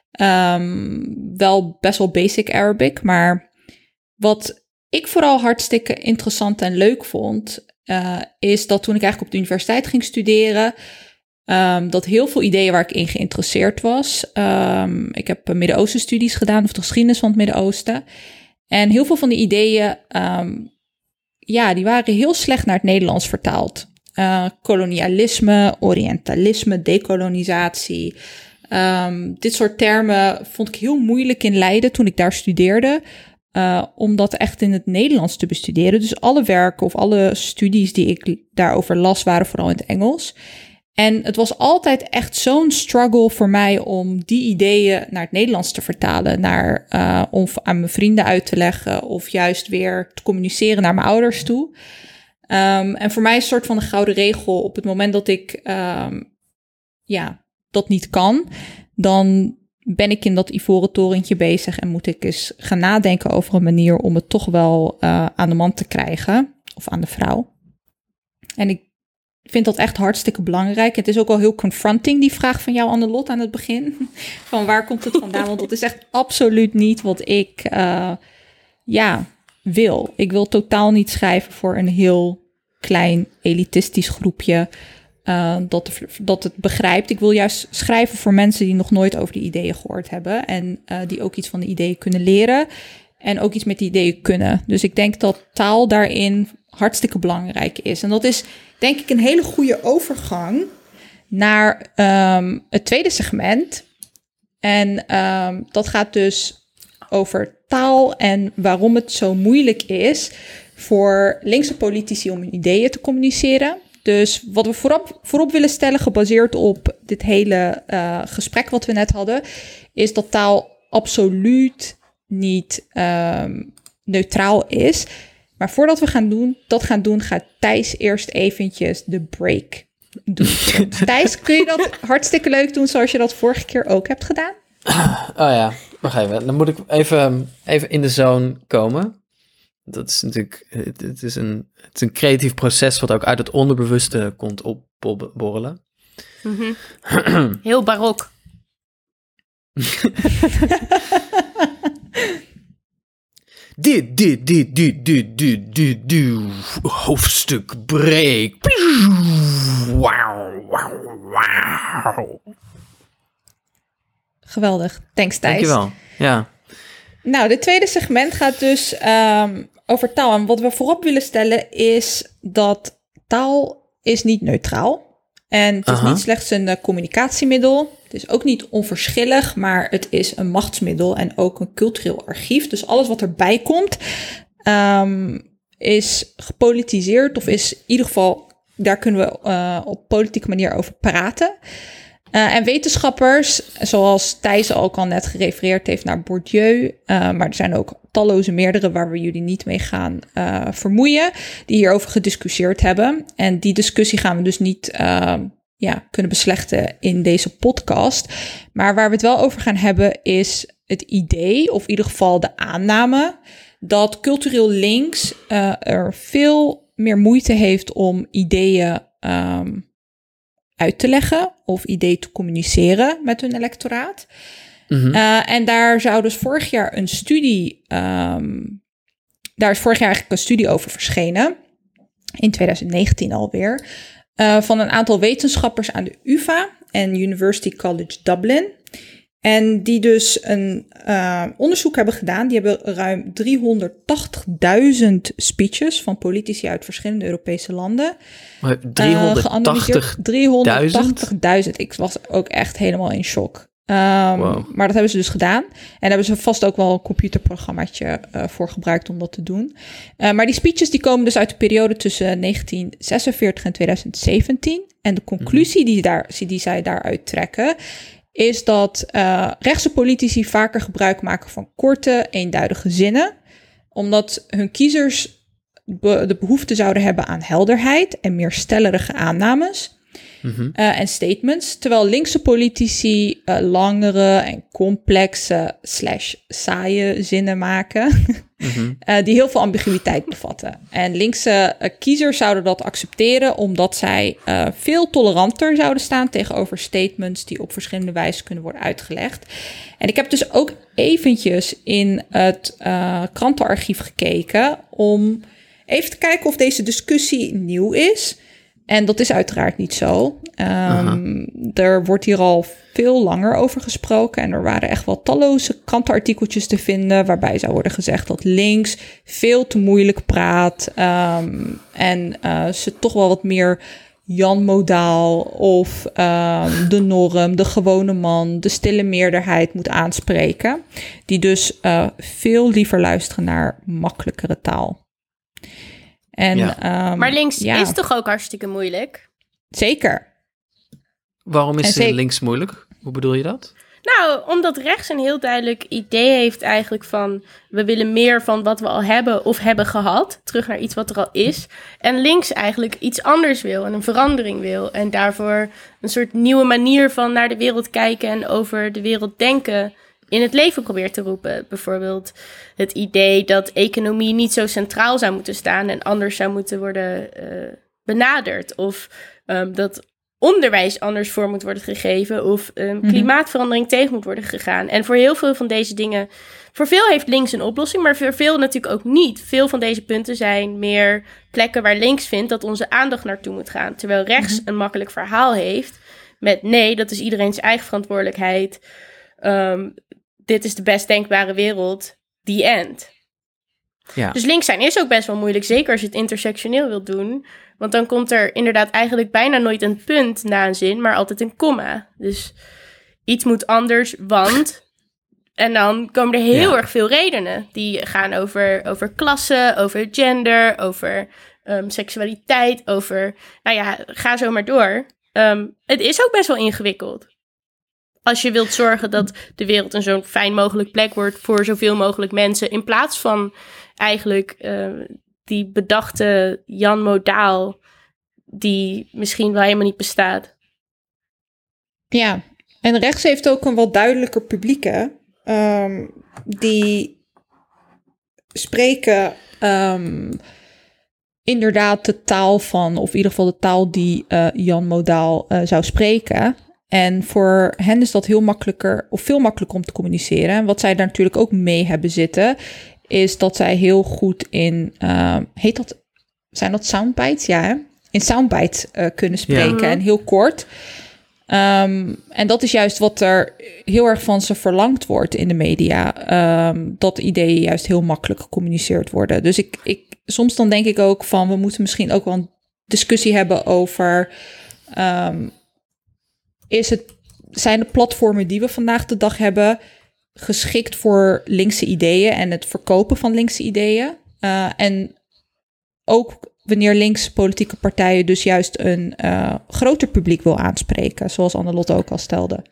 Um, wel best wel basic Arabic, maar wat ik vooral hartstikke interessant en leuk vond, uh, is dat toen ik eigenlijk op de universiteit ging studeren, Um, dat heel veel ideeën waar ik in geïnteresseerd was. Um, ik heb Midden-Oosten studies gedaan, of de geschiedenis van het Midden-Oosten. En heel veel van die ideeën, um, ja, die waren heel slecht naar het Nederlands vertaald. Uh, kolonialisme, orientalisme, dekolonisatie. Um, dit soort termen vond ik heel moeilijk in Leiden toen ik daar studeerde. Uh, om dat echt in het Nederlands te bestuderen. Dus alle werken of alle studies die ik daarover las, waren vooral in het Engels. En het was altijd echt zo'n struggle voor mij om die ideeën naar het Nederlands te vertalen. Naar, uh, om aan mijn vrienden uit te leggen of juist weer te communiceren naar mijn ouders toe. Um, en voor mij is een soort van de gouden regel. Op het moment dat ik um, ja, dat niet kan, dan ben ik in dat ivoren torentje bezig en moet ik eens gaan nadenken over een manier om het toch wel uh, aan de man te krijgen. Of aan de vrouw. En ik Ik vind dat echt hartstikke belangrijk. Het is ook wel heel confronting, die vraag van jou, Annelot, aan het begin. Van waar komt het vandaan? Want dat is echt absoluut niet wat ik, uh, ja, wil. Ik wil totaal niet schrijven voor een heel klein elitistisch groepje uh, dat, dat het begrijpt. Ik wil juist schrijven voor mensen die nog nooit over die ideeën gehoord hebben en uh, die ook iets van de ideeën kunnen leren en ook iets met die ideeën kunnen. Dus ik denk dat taal daarin hartstikke belangrijk is. En dat is denk ik een hele goede overgang naar um, het tweede segment. En um, dat gaat dus over taal en waarom het zo moeilijk is voor linkse politici om hun ideeën te communiceren. Dus wat we voorop, voorop willen stellen, gebaseerd op dit hele uh, gesprek wat we net hadden, is dat taal absoluut niet um, neutraal is. Maar voordat we gaan doen, dat gaan doen, gaat Thijs eerst eventjes de break doen. Thijs, kun je dat hartstikke leuk doen zoals je dat vorige keer ook hebt gedaan? Oh ja, wacht even. Dan moet ik even, even in de zone komen. Dat is natuurlijk, het, het, is een, het is een creatief proces wat ook uit het onderbewuste komt opborrelen. Mm-hmm. Heel barok. Dit, dit, dit, dit, dit, dit, dit, dit, hoofdstuk break. Wauw, wauw, wauw. Geweldig, thanks Thijs. Dankjewel, ja. Nou, dit tweede segment gaat dus um, over taal. En wat we voorop willen stellen is dat taal is niet neutraal. En het is Aha. niet slechts een uh, communicatiemiddel. Het is ook niet onverschillig, maar het is een machtsmiddel en ook een cultureel archief. Dus alles wat erbij komt um, is gepolitiseerd of is in ieder geval, daar kunnen we uh, op politieke manier over praten. Uh, en wetenschappers, zoals Thijs ook al net gerefereerd heeft naar Bourdieu, uh, maar er zijn ook talloze meerdere waar we jullie niet mee gaan uh, vermoeien, die hierover gediscussieerd hebben. En die discussie gaan we dus niet uh, ja, kunnen beslechten in deze podcast. Maar waar we het wel over gaan hebben is het idee, of in ieder geval de aanname, dat cultureel links uh, er veel meer moeite heeft om ideeën um, uit te leggen of ideeën te communiceren met hun electoraat. Mm-hmm. Uh, en daar zou dus vorig jaar een studie, um, daar is vorig jaar eigenlijk een studie over verschenen, in twintig negentien alweer, uh, van een aantal wetenschappers aan de U vA en University College Dublin. En die dus een uh, onderzoek hebben gedaan. Die hebben ruim driehonderdtachtigduizend speeches van politici uit verschillende Europese landen driehonderdtachtig uh, driehonderdtachtigduizend. Ik was ook echt helemaal in shock. Um, wow. Maar dat hebben ze dus gedaan. En daar hebben ze vast ook wel een computerprogrammaatje uh, voor gebruikt om dat te doen. Uh, maar die speeches die komen dus uit de periode tussen negentien zesenveertig en twintig zeventien. En de conclusie die, daar, die zij daaruit trekken is dat uh, rechtse politici vaker gebruik maken van korte, eenduidige zinnen, omdat hun kiezers be- de behoefte zouden hebben aan helderheid en meer stellerige aannames mm-hmm. uh, en statements, terwijl linkse politici uh, langere en complexe slash saaie zinnen maken, mm-hmm. uh, die heel veel ambiguïteit bevatten. En linkse uh, kiezers zouden dat accepteren omdat zij uh, veel toleranter zouden staan tegenover statements die op verschillende wijzen kunnen worden uitgelegd. En ik heb dus ook eventjes in het uh, krantenarchief gekeken om even te kijken of deze discussie nieuw is. En dat is uiteraard niet zo. Um, er wordt hier al veel langer over gesproken. En er waren echt wel talloze krantenartikeltjes te vinden waarbij zou worden gezegd dat links veel te moeilijk praat. Um, en uh, ze toch wel wat meer Jan-modaal of um, de norm, de gewone man, de stille meerderheid moet aanspreken. Die dus uh, veel liever luisteren naar makkelijkere taal. En, ja. um, maar links ja. is toch ook hartstikke moeilijk? Zeker. Waarom is zeker... links moeilijk? Hoe bedoel je dat? Nou, omdat rechts een heel duidelijk idee heeft eigenlijk van we willen meer van wat we al hebben of hebben gehad, terug naar iets wat er al is. En links eigenlijk iets anders wil en een verandering wil. En daarvoor een soort nieuwe manier van naar de wereld kijken en over de wereld denken in het leven probeert te roepen. Bijvoorbeeld het idee dat economie niet zo centraal zou moeten staan en anders zou moeten worden uh, benaderd. Of um, dat onderwijs anders voor moet worden gegeven of um, klimaatverandering tegen moet worden gegaan. En voor heel veel van deze dingen, voor veel heeft links een oplossing, maar voor veel natuurlijk ook niet. Veel van deze punten zijn meer plekken waar links vindt dat onze aandacht naartoe moet gaan. Terwijl rechts mm-hmm. een makkelijk verhaal heeft met nee, dat is iedereen zijn eigen verantwoordelijkheid. Um, dit is de best denkbare wereld, the end. Ja. Dus links zijn is ook best wel moeilijk, zeker als je het intersectioneel wilt doen. Want dan komt er inderdaad eigenlijk bijna nooit een punt na een zin, maar altijd een komma. Dus iets moet anders, want... En dan komen er heel ja. erg veel redenen. Die gaan over, over klasse, over gender, over um, seksualiteit, over... Nou ja, ga zo maar door. Um, het is ook best wel ingewikkeld. Als je wilt zorgen dat de wereld een zo fijn mogelijk plek wordt voor zoveel mogelijk mensen, in plaats van eigenlijk uh, die bedachte Jan Modaal, die misschien wel helemaal niet bestaat. Ja, en rechts heeft ook een wat duidelijker publiek, hè? Um, die spreken um, inderdaad de taal van, of in ieder geval de taal die uh, Jan Modaal uh, zou spreken. En voor hen is dat heel makkelijker, of veel makkelijker om te communiceren. En wat zij daar natuurlijk ook mee hebben zitten, is dat zij heel goed in, uh, heet dat, zijn dat soundbites? Ja, hè? In soundbites uh, kunnen spreken ja. en heel kort. Um, en dat is juist wat er heel erg van ze verlangd wordt in de media. Um, dat ideeën juist heel makkelijk gecommuniceerd worden. Dus ik, ik, soms dan denk ik ook van, we moeten misschien ook wel een discussie hebben over... Um, is het, zijn de platformen die we vandaag de dag hebben geschikt voor linkse ideeën en het verkopen van linkse ideeën? Uh, en ook wanneer linkse politieke partijen dus juist een uh, groter publiek wil aanspreken, zoals Anne-Lotte ook al stelde.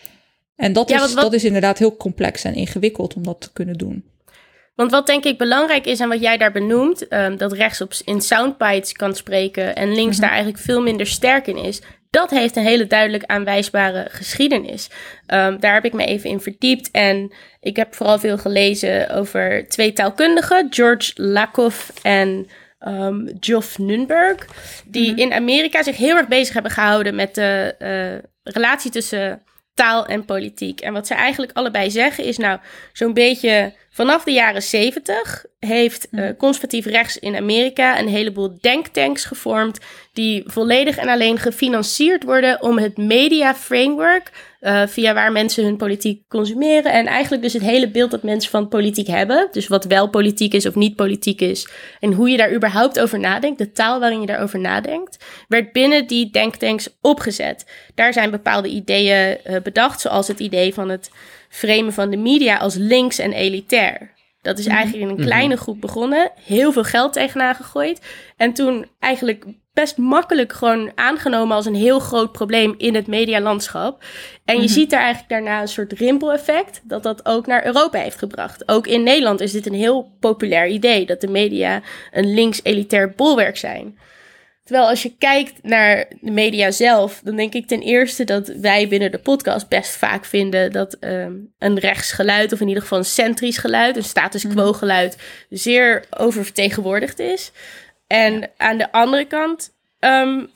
En dat, ja, is, wat, wat... dat is inderdaad heel complex en ingewikkeld om dat te kunnen doen. Want wat denk ik belangrijk is en wat jij daar benoemt, um, dat rechts op in soundbites kan spreken en links mm-hmm. daar eigenlijk veel minder sterk in is, dat heeft een hele duidelijk aanwijsbare geschiedenis. Um, daar heb ik me even in verdiept en ik heb vooral veel gelezen over twee taalkundigen, George Lakoff en um, Geoff Nunberg, die mm-hmm. in Amerika zich heel erg bezig hebben gehouden met de uh, relatie tussen taal en politiek. En wat ze eigenlijk allebei zeggen is, nou, zo'n beetje vanaf de jaren zeventig heeft uh, conservatief rechts in Amerika een heleboel denktanks gevormd die volledig en alleen gefinancierd worden om het media framework, uh, via waar mensen hun politiek consumeren en eigenlijk dus het hele beeld dat mensen van politiek hebben, dus wat wel politiek is of niet politiek is en hoe je daar überhaupt over nadenkt, de taal waarin je daarover nadenkt, werd binnen die denktanks opgezet. Daar zijn bepaalde ideeën uh, bedacht, zoals het idee van het framen van de media als links en elitair. Dat is eigenlijk in een kleine groep begonnen, heel veel geld tegenaan gegooid en toen eigenlijk best makkelijk gewoon aangenomen als een heel groot probleem in het medialandschap. En je mm-hmm. ziet daar eigenlijk daarna een soort rimpeleffect dat dat ook naar Europa heeft gebracht. Ook in Nederland is dit een heel populair idee, dat de media een links-elitair bolwerk zijn. Terwijl als je kijkt naar de media zelf, dan denk ik ten eerste dat wij binnen de podcast best vaak vinden dat um, een rechtsgeluid, of in ieder geval een centrisch geluid, een status quo geluid, zeer oververtegenwoordigd is. En ja. aan de andere kant, um,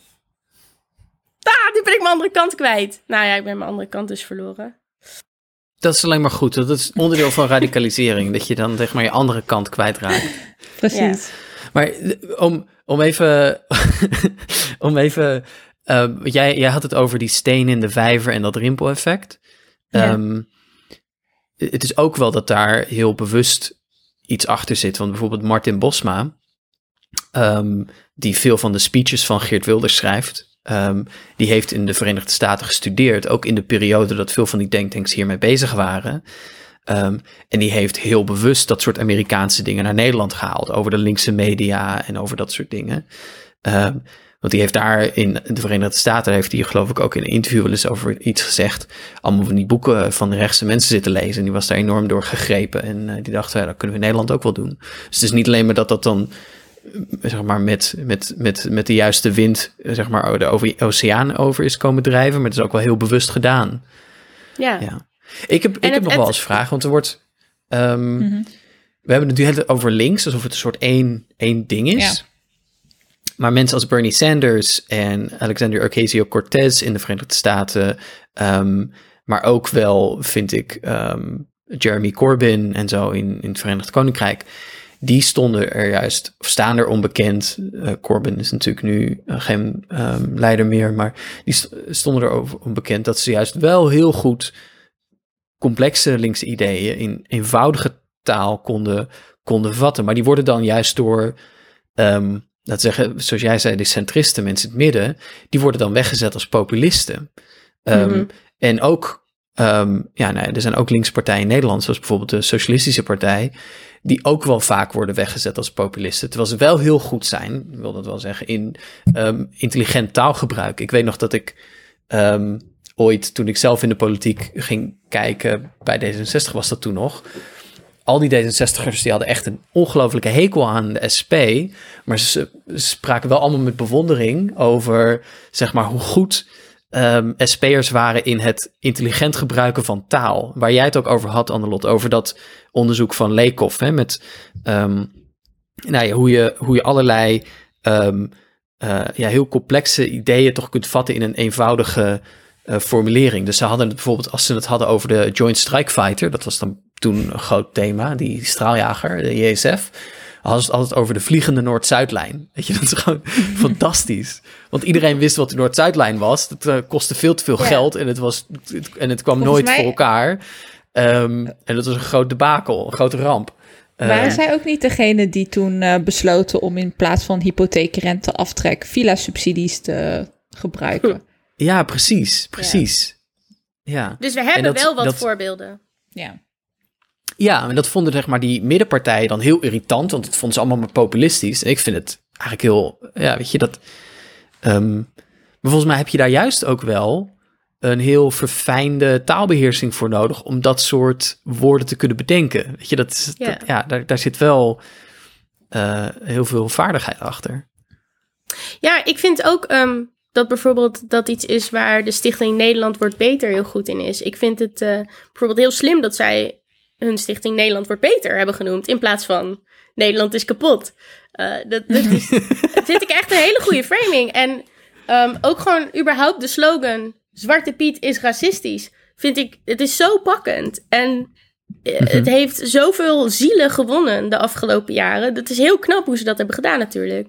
ah, nu ben ik mijn andere kant kwijt. Nou ja, ik ben mijn andere kant dus verloren. Dat is alleen maar goed. Dat is onderdeel van radicalisering, dat je dan zeg maar je andere kant kwijtraakt. Precies. Ja. Maar om, om even, om even uh, jij, jij had het over die steen in de vijver en dat rimpeleffect. Ja. Um, het is ook wel dat daar heel bewust iets achter zit. Want bijvoorbeeld Martin Bosma, um, die veel van de speeches van Geert Wilders schrijft, um, die heeft in de Verenigde Staten gestudeerd, ook in de periode dat veel van die denktanks hiermee bezig waren. Um, en die heeft heel bewust dat soort Amerikaanse dingen naar Nederland gehaald. Over de linkse media en over dat soort dingen. Um, want die heeft daar in de Verenigde Staten, heeft hij geloof ik ook in een interview wel eens over iets gezegd. Allemaal van die boeken van de rechtse mensen zitten lezen. En die was daar enorm door gegrepen. En uh, die dacht, ja, dat kunnen we in Nederland ook wel doen. Dus het is niet alleen maar dat dat dan, zeg maar, met, met, met, met de juiste wind, zeg maar, de over, oceaan over is komen drijven. Maar het is ook wel heel bewust gedaan. Ja. Ja. Ik heb, ik het, heb nog het, wel eens vraag, want er wordt... Um, mm-hmm. We hebben het nu over links, alsof het een soort één, één ding is. Ja. maar mensen als Bernie Sanders en Alexandria Ocasio-Cortez in de Verenigde Staten, um, maar ook wel, vind ik, um, Jeremy Corbyn en zo in, in het Verenigd Koninkrijk, die stonden er juist, of staan er onbekend. Uh, Corbyn is natuurlijk nu uh, geen um, leider meer, maar die st- stonden er over onbekend dat ze juist wel heel goed complexe linkse ideeën in eenvoudige taal konden, konden vatten. Maar die worden dan juist door, um, laten we zeggen, zoals jij zei, de centristen, mensen in het midden, die worden dan weggezet als populisten. Um, mm-hmm. En ook, um, ja, nou, er zijn ook linkse partijen in Nederland, zoals bijvoorbeeld de Socialistische Partij, die ook wel vaak worden weggezet als populisten. Terwijl ze wel heel goed zijn, ik wil dat wel zeggen, in um, intelligent taalgebruik. Ik weet nog dat ik um, ooit, toen ik zelf in de politiek ging kijken, bij D zesenzestig was dat toen nog, al die D zesenzestigers die hadden echt een ongelofelijke hekel aan de S P, maar ze, ze spraken wel allemaal met bewondering over, zeg maar, hoe goed um, S P'ers waren in het intelligent gebruiken van taal. Waar jij het ook over had, Annelot, over dat onderzoek van Lakoff, hè, met um, nou ja, hoe, je, hoe je allerlei um, uh, ja, heel complexe ideeën toch kunt vatten in een eenvoudige uh, formulering. Dus ze hadden het bijvoorbeeld, als ze het hadden over de Joint Strike Fighter, dat was dan toen een groot thema, die straaljager, de J S F, hadden ze het altijd over de vliegende Noord-Zuidlijn. Weet je, dat is gewoon fantastisch. Want iedereen wist wat de Noord-Zuidlijn was. Het uh, kostte veel te veel ja. geld en het, was, het, en het kwam Volgens nooit mij... voor elkaar. Um, en dat was een groot debakel, een grote ramp. Waren uh, zij ook niet degene die toen uh, besloten om in plaats van hypotheekrenteaftrek villa-subsidies te gebruiken? Ja, precies, precies. Ja. Ja. Dus we hebben dat, wel wat dat, voorbeelden. Ja. Ja, en dat vonden zeg maar die middenpartijen dan heel irritant, want het vonden ze allemaal maar populistisch. En ik vind het eigenlijk heel, ja, weet je, dat... Um, maar volgens mij heb je daar juist ook wel een heel verfijnde taalbeheersing voor nodig om dat soort woorden te kunnen bedenken. Weet je, dat is, ja, dat, ja daar, daar zit wel uh, heel veel vaardigheid achter. Ja, ik vind ook um, dat bijvoorbeeld dat iets is waar de Stichting Nederland Wordt Beter heel goed in is. Ik vind het uh, bijvoorbeeld heel slim dat zij hun Stichting Nederland Wordt Beter hebben genoemd, in plaats van Nederland is kapot. Uh, dat, dat, is, dat vind ik echt een hele goede framing. En um, ook gewoon überhaupt de slogan Zwarte Piet is racistisch, vind ik, het is zo pakkend. En uh, mm-hmm. het heeft zoveel zielen gewonnen de afgelopen jaren. Dat is heel knap hoe ze dat hebben gedaan natuurlijk.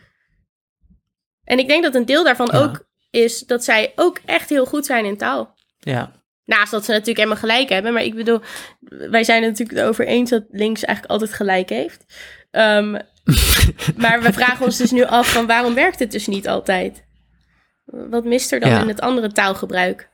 En ik denk dat een deel daarvan ja. ook is dat zij ook echt heel goed zijn in taal. Ja. Naast dat ze natuurlijk helemaal gelijk hebben. Maar ik bedoel, wij zijn het natuurlijk erover eens dat links eigenlijk altijd gelijk heeft. Um, maar we vragen ons dus nu af van waarom werkt het dus niet altijd? Wat mist er dan ja. in het andere taalgebruik?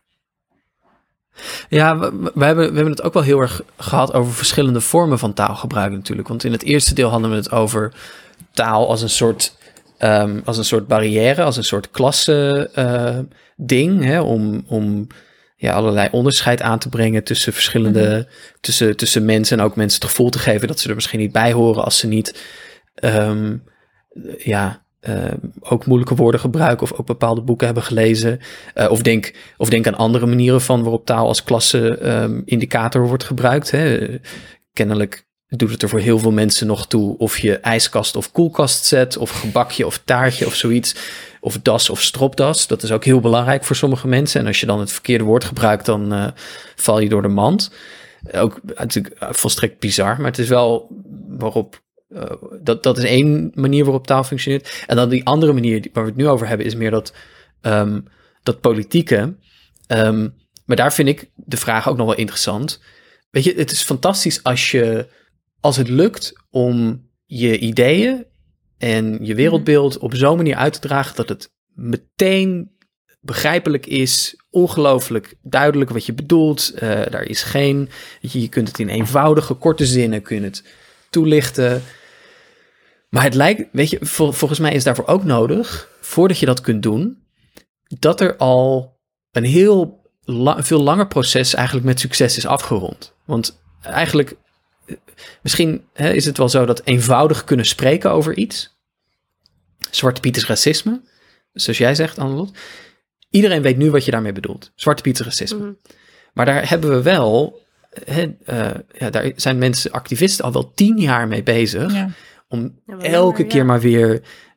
Ja, we, we, hebben, we hebben het ook wel heel erg gehad over verschillende vormen van taalgebruik natuurlijk. Want in het eerste deel hadden we het over taal als een soort, um, als een soort barrière, als een soort klasse uh, ding, hè, om... om ja, allerlei onderscheid aan te brengen tussen verschillende, mm-hmm. tussen, tussen mensen en ook mensen het gevoel te geven dat ze er misschien niet bij horen als ze niet, um, ja, uh, ook moeilijke woorden gebruiken of ook bepaalde boeken hebben gelezen. Uh, of, denk, of denk aan andere manieren van waarop taal als klasse um, indicator wordt gebruikt. Hè. Uh, kennelijk doet het er voor heel veel mensen nog toe of je ijskast of koelkast zet, of gebakje of taartje of zoiets. Of das of stropdas, dat is ook heel belangrijk voor sommige mensen. En als je dan het verkeerde woord gebruikt, dan uh, val je door de mand. Ook natuurlijk uh, volstrekt bizar, maar het is wel waarop... Uh, dat, dat is één manier waarop taal functioneert. En dan die andere manier waar we het nu over hebben, is meer dat, um, dat politieke. Um, maar daar vind ik de vraag ook nog wel interessant. Weet je, het is fantastisch als je, als het lukt om je ideeën en je wereldbeeld op zo'n manier uit te dragen dat het meteen begrijpelijk is, ongelooflijk duidelijk wat je bedoelt. Uh, daar is geen, weet je, je kunt het in eenvoudige, korte zinnen kun je het toelichten. Maar het lijkt, weet je, vol, volgens mij is daarvoor ook nodig, voordat je dat kunt doen, dat er al een heel la, veel langer proces eigenlijk met succes is afgerond. Want eigenlijk, misschien hè, is het wel zo dat eenvoudig kunnen spreken over iets. Zwarte Piet is racisme, zoals jij zegt, Annelot. Iedereen weet nu wat je daarmee bedoelt. Zwarte Piet is racisme. Mm-hmm. Maar daar hebben we wel, hè, uh, ja, daar zijn mensen, activisten, al wel tien jaar mee bezig. Ja. Om ja, elke ja. keer maar weer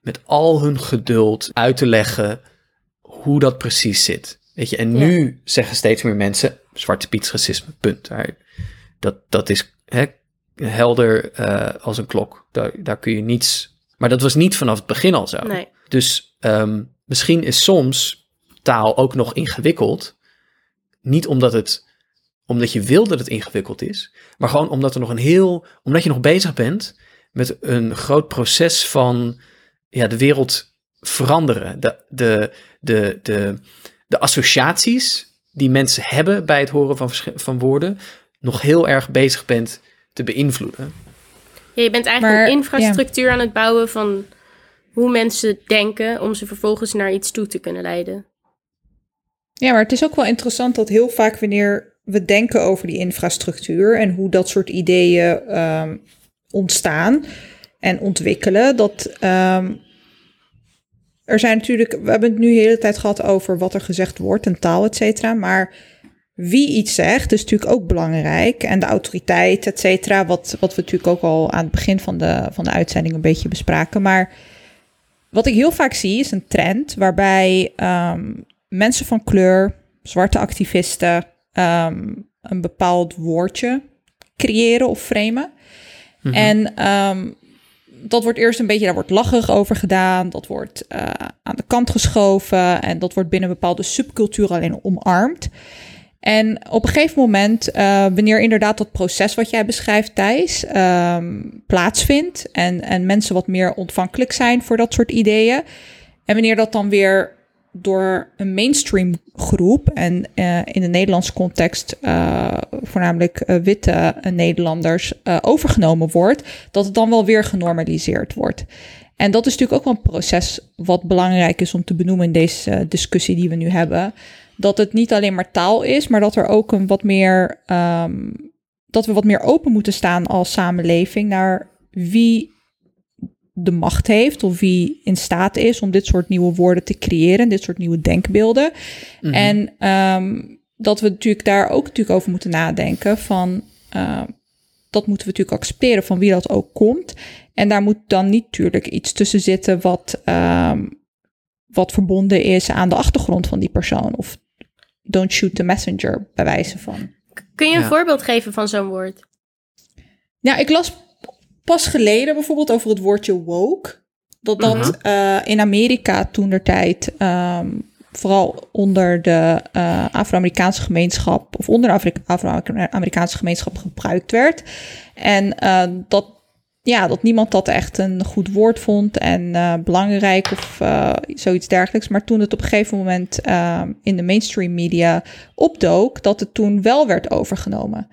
met al hun geduld uit te leggen hoe dat precies zit. Weet je, en ja. nu zeggen steeds meer mensen, Zwarte Piet racisme, punt. Dat, dat is hè, helder uh, als een klok. Daar, daar kun je niets... Maar dat was niet vanaf het begin al zo. Nee. Dus um, misschien is soms taal ook nog ingewikkeld. Niet omdat het, omdat je wil dat het ingewikkeld is, maar gewoon omdat er nog een heel, omdat je nog bezig bent met een groot proces van ja, de wereld veranderen. De, de, de, de, de associaties die mensen hebben bij het horen van, van woorden, nog heel erg bezig bent te beïnvloeden. Ja, je bent eigenlijk maar, een infrastructuur ja. aan het bouwen van hoe mensen denken om ze vervolgens naar iets toe te kunnen leiden. Ja, maar het is ook wel interessant dat heel vaak wanneer we denken over die infrastructuur en hoe dat soort ideeën um, ontstaan en ontwikkelen, dat um, er zijn natuurlijk, we hebben het nu de hele tijd gehad over wat er gezegd wordt en taal, et cetera, maar wie iets zegt is natuurlijk ook belangrijk en de autoriteit, et cetera, wat, wat we natuurlijk ook al aan het begin van de, van de uitzending een beetje bespraken, maar wat ik heel vaak zie is een trend waarbij um, mensen van kleur, zwarte activisten, um, een bepaald woordje creëren of framen. Mm-hmm. En um, dat wordt eerst een beetje, daar wordt lacherig over gedaan. Dat wordt uh, aan de kant geschoven. En dat wordt binnen een bepaalde subcultuur alleen omarmd. En op een gegeven moment, uh, wanneer inderdaad dat proces wat jij beschrijft, Thijs, um, plaatsvindt. En, en mensen wat meer ontvankelijk zijn voor dat soort ideeën. En wanneer dat dan weer door een mainstream groep en uh, in de Nederlandse context uh, voornamelijk uh, witte uh, Nederlanders uh, overgenomen wordt, dat het dan wel weer genormaliseerd wordt. En dat is natuurlijk ook wel een proces wat belangrijk is om te benoemen in deze uh, discussie die we nu hebben. Dat het niet alleen maar taal is, maar dat er ook een wat meer, um, dat we wat meer open moeten staan als samenleving naar wie de macht heeft of wie in staat is om dit soort nieuwe woorden te creëren, dit soort nieuwe denkbeelden. Mm-hmm. En um, dat we natuurlijk daar ook natuurlijk over moeten nadenken van, uh, dat moeten we natuurlijk accepteren van wie dat ook komt. En daar moet dan niet natuurlijk iets tussen zitten wat, um, wat verbonden is aan de achtergrond van die persoon. Of don't shoot the messenger, bij wijze van. Kun je een ja. voorbeeld geven van zo'n woord? Ja, ik las pas geleden bijvoorbeeld over het woordje woke. Dat dat mm-hmm. uh, in Amerika toentertijd um, vooral onder de uh, Afro-Amerikaanse gemeenschap of onder de Afri- Afro-Amerikaanse gemeenschap gebruikt werd. En uh, dat, ja, dat niemand dat echt een goed woord vond en uh, belangrijk of uh, zoiets dergelijks. Maar toen het op een gegeven moment uh, in de mainstream media opdook, dat het toen wel werd overgenomen.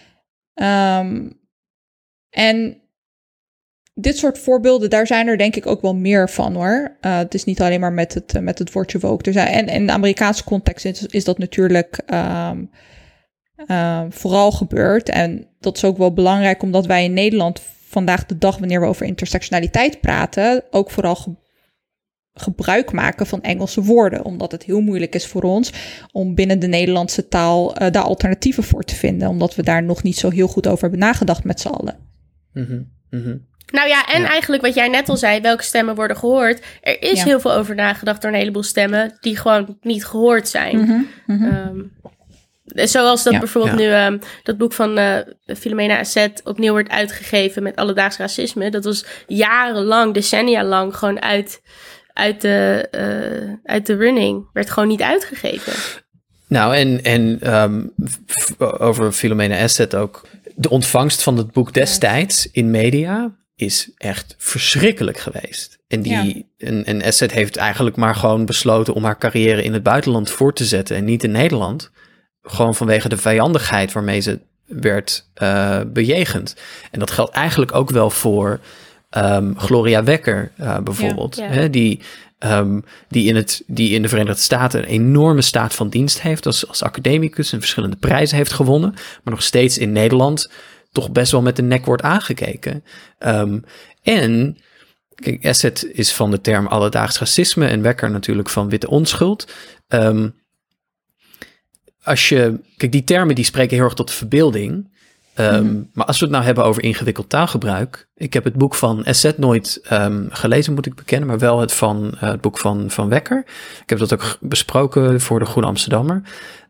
Um, en dit soort voorbeelden, daar zijn er denk ik ook wel meer van hoor. Uh, het is niet alleen maar met het, uh, met het woordje woke. Er zijn, en, en in de Amerikaanse context is, is dat natuurlijk um, uh, vooral gebeurd. En dat is ook wel belangrijk, omdat wij in Nederland vandaag de dag, wanneer we over intersectionaliteit praten, ook vooral ge- gebruik maken van Engelse woorden. Omdat het heel moeilijk is voor ons om binnen de Nederlandse taal uh, daar alternatieven voor te vinden. Omdat we daar nog niet zo heel goed over hebben nagedacht met z'n allen. Mm-hmm. Mm-hmm. Nou ja, en ja. eigenlijk wat jij net al zei, welke stemmen worden gehoord. Er is ja. heel veel over nagedacht door een heleboel stemmen die gewoon niet gehoord zijn. Mm-hmm, mm-hmm. Um, zoals dat ja, bijvoorbeeld ja. nu um, dat boek van uh, Philomena Asset opnieuw wordt uitgegeven met alledaags racisme. Dat was jarenlang, decennia lang gewoon uit, uit, de, uh, uit de running. Werd gewoon niet uitgegeven. Nou, en, en um, f- over Philomena Asset ook. De ontvangst van het boek destijds in media is echt verschrikkelijk geweest. En, die, ja. en, en Asset heeft eigenlijk maar gewoon besloten om haar carrière in het buitenland voor te zetten en niet in Nederland. Gewoon vanwege de vijandigheid waarmee ze werd uh, bejegend. En dat geldt eigenlijk ook wel voor um, Gloria Wekker uh, bijvoorbeeld. Ja, ja. Hè, die, um, die, in het, die in de Verenigde Staten een enorme staat van dienst heeft als, als academicus en verschillende prijzen heeft gewonnen. Maar nog steeds in Nederland toch best wel met de nek wordt aangekeken. Um, en kijk, Asset is van de term alledaags racisme en Wekker natuurlijk van witte onschuld. Um, Als je, kijk, die termen die spreken heel erg tot de verbeelding. Um, Mhm. Maar als we het nou hebben over ingewikkeld taalgebruik. Ik heb het boek van Essed nooit um, gelezen, moet ik bekennen. Maar wel het, van, uh, het boek van, van Wekker. Ik heb dat ook g- besproken voor de Groene Amsterdammer.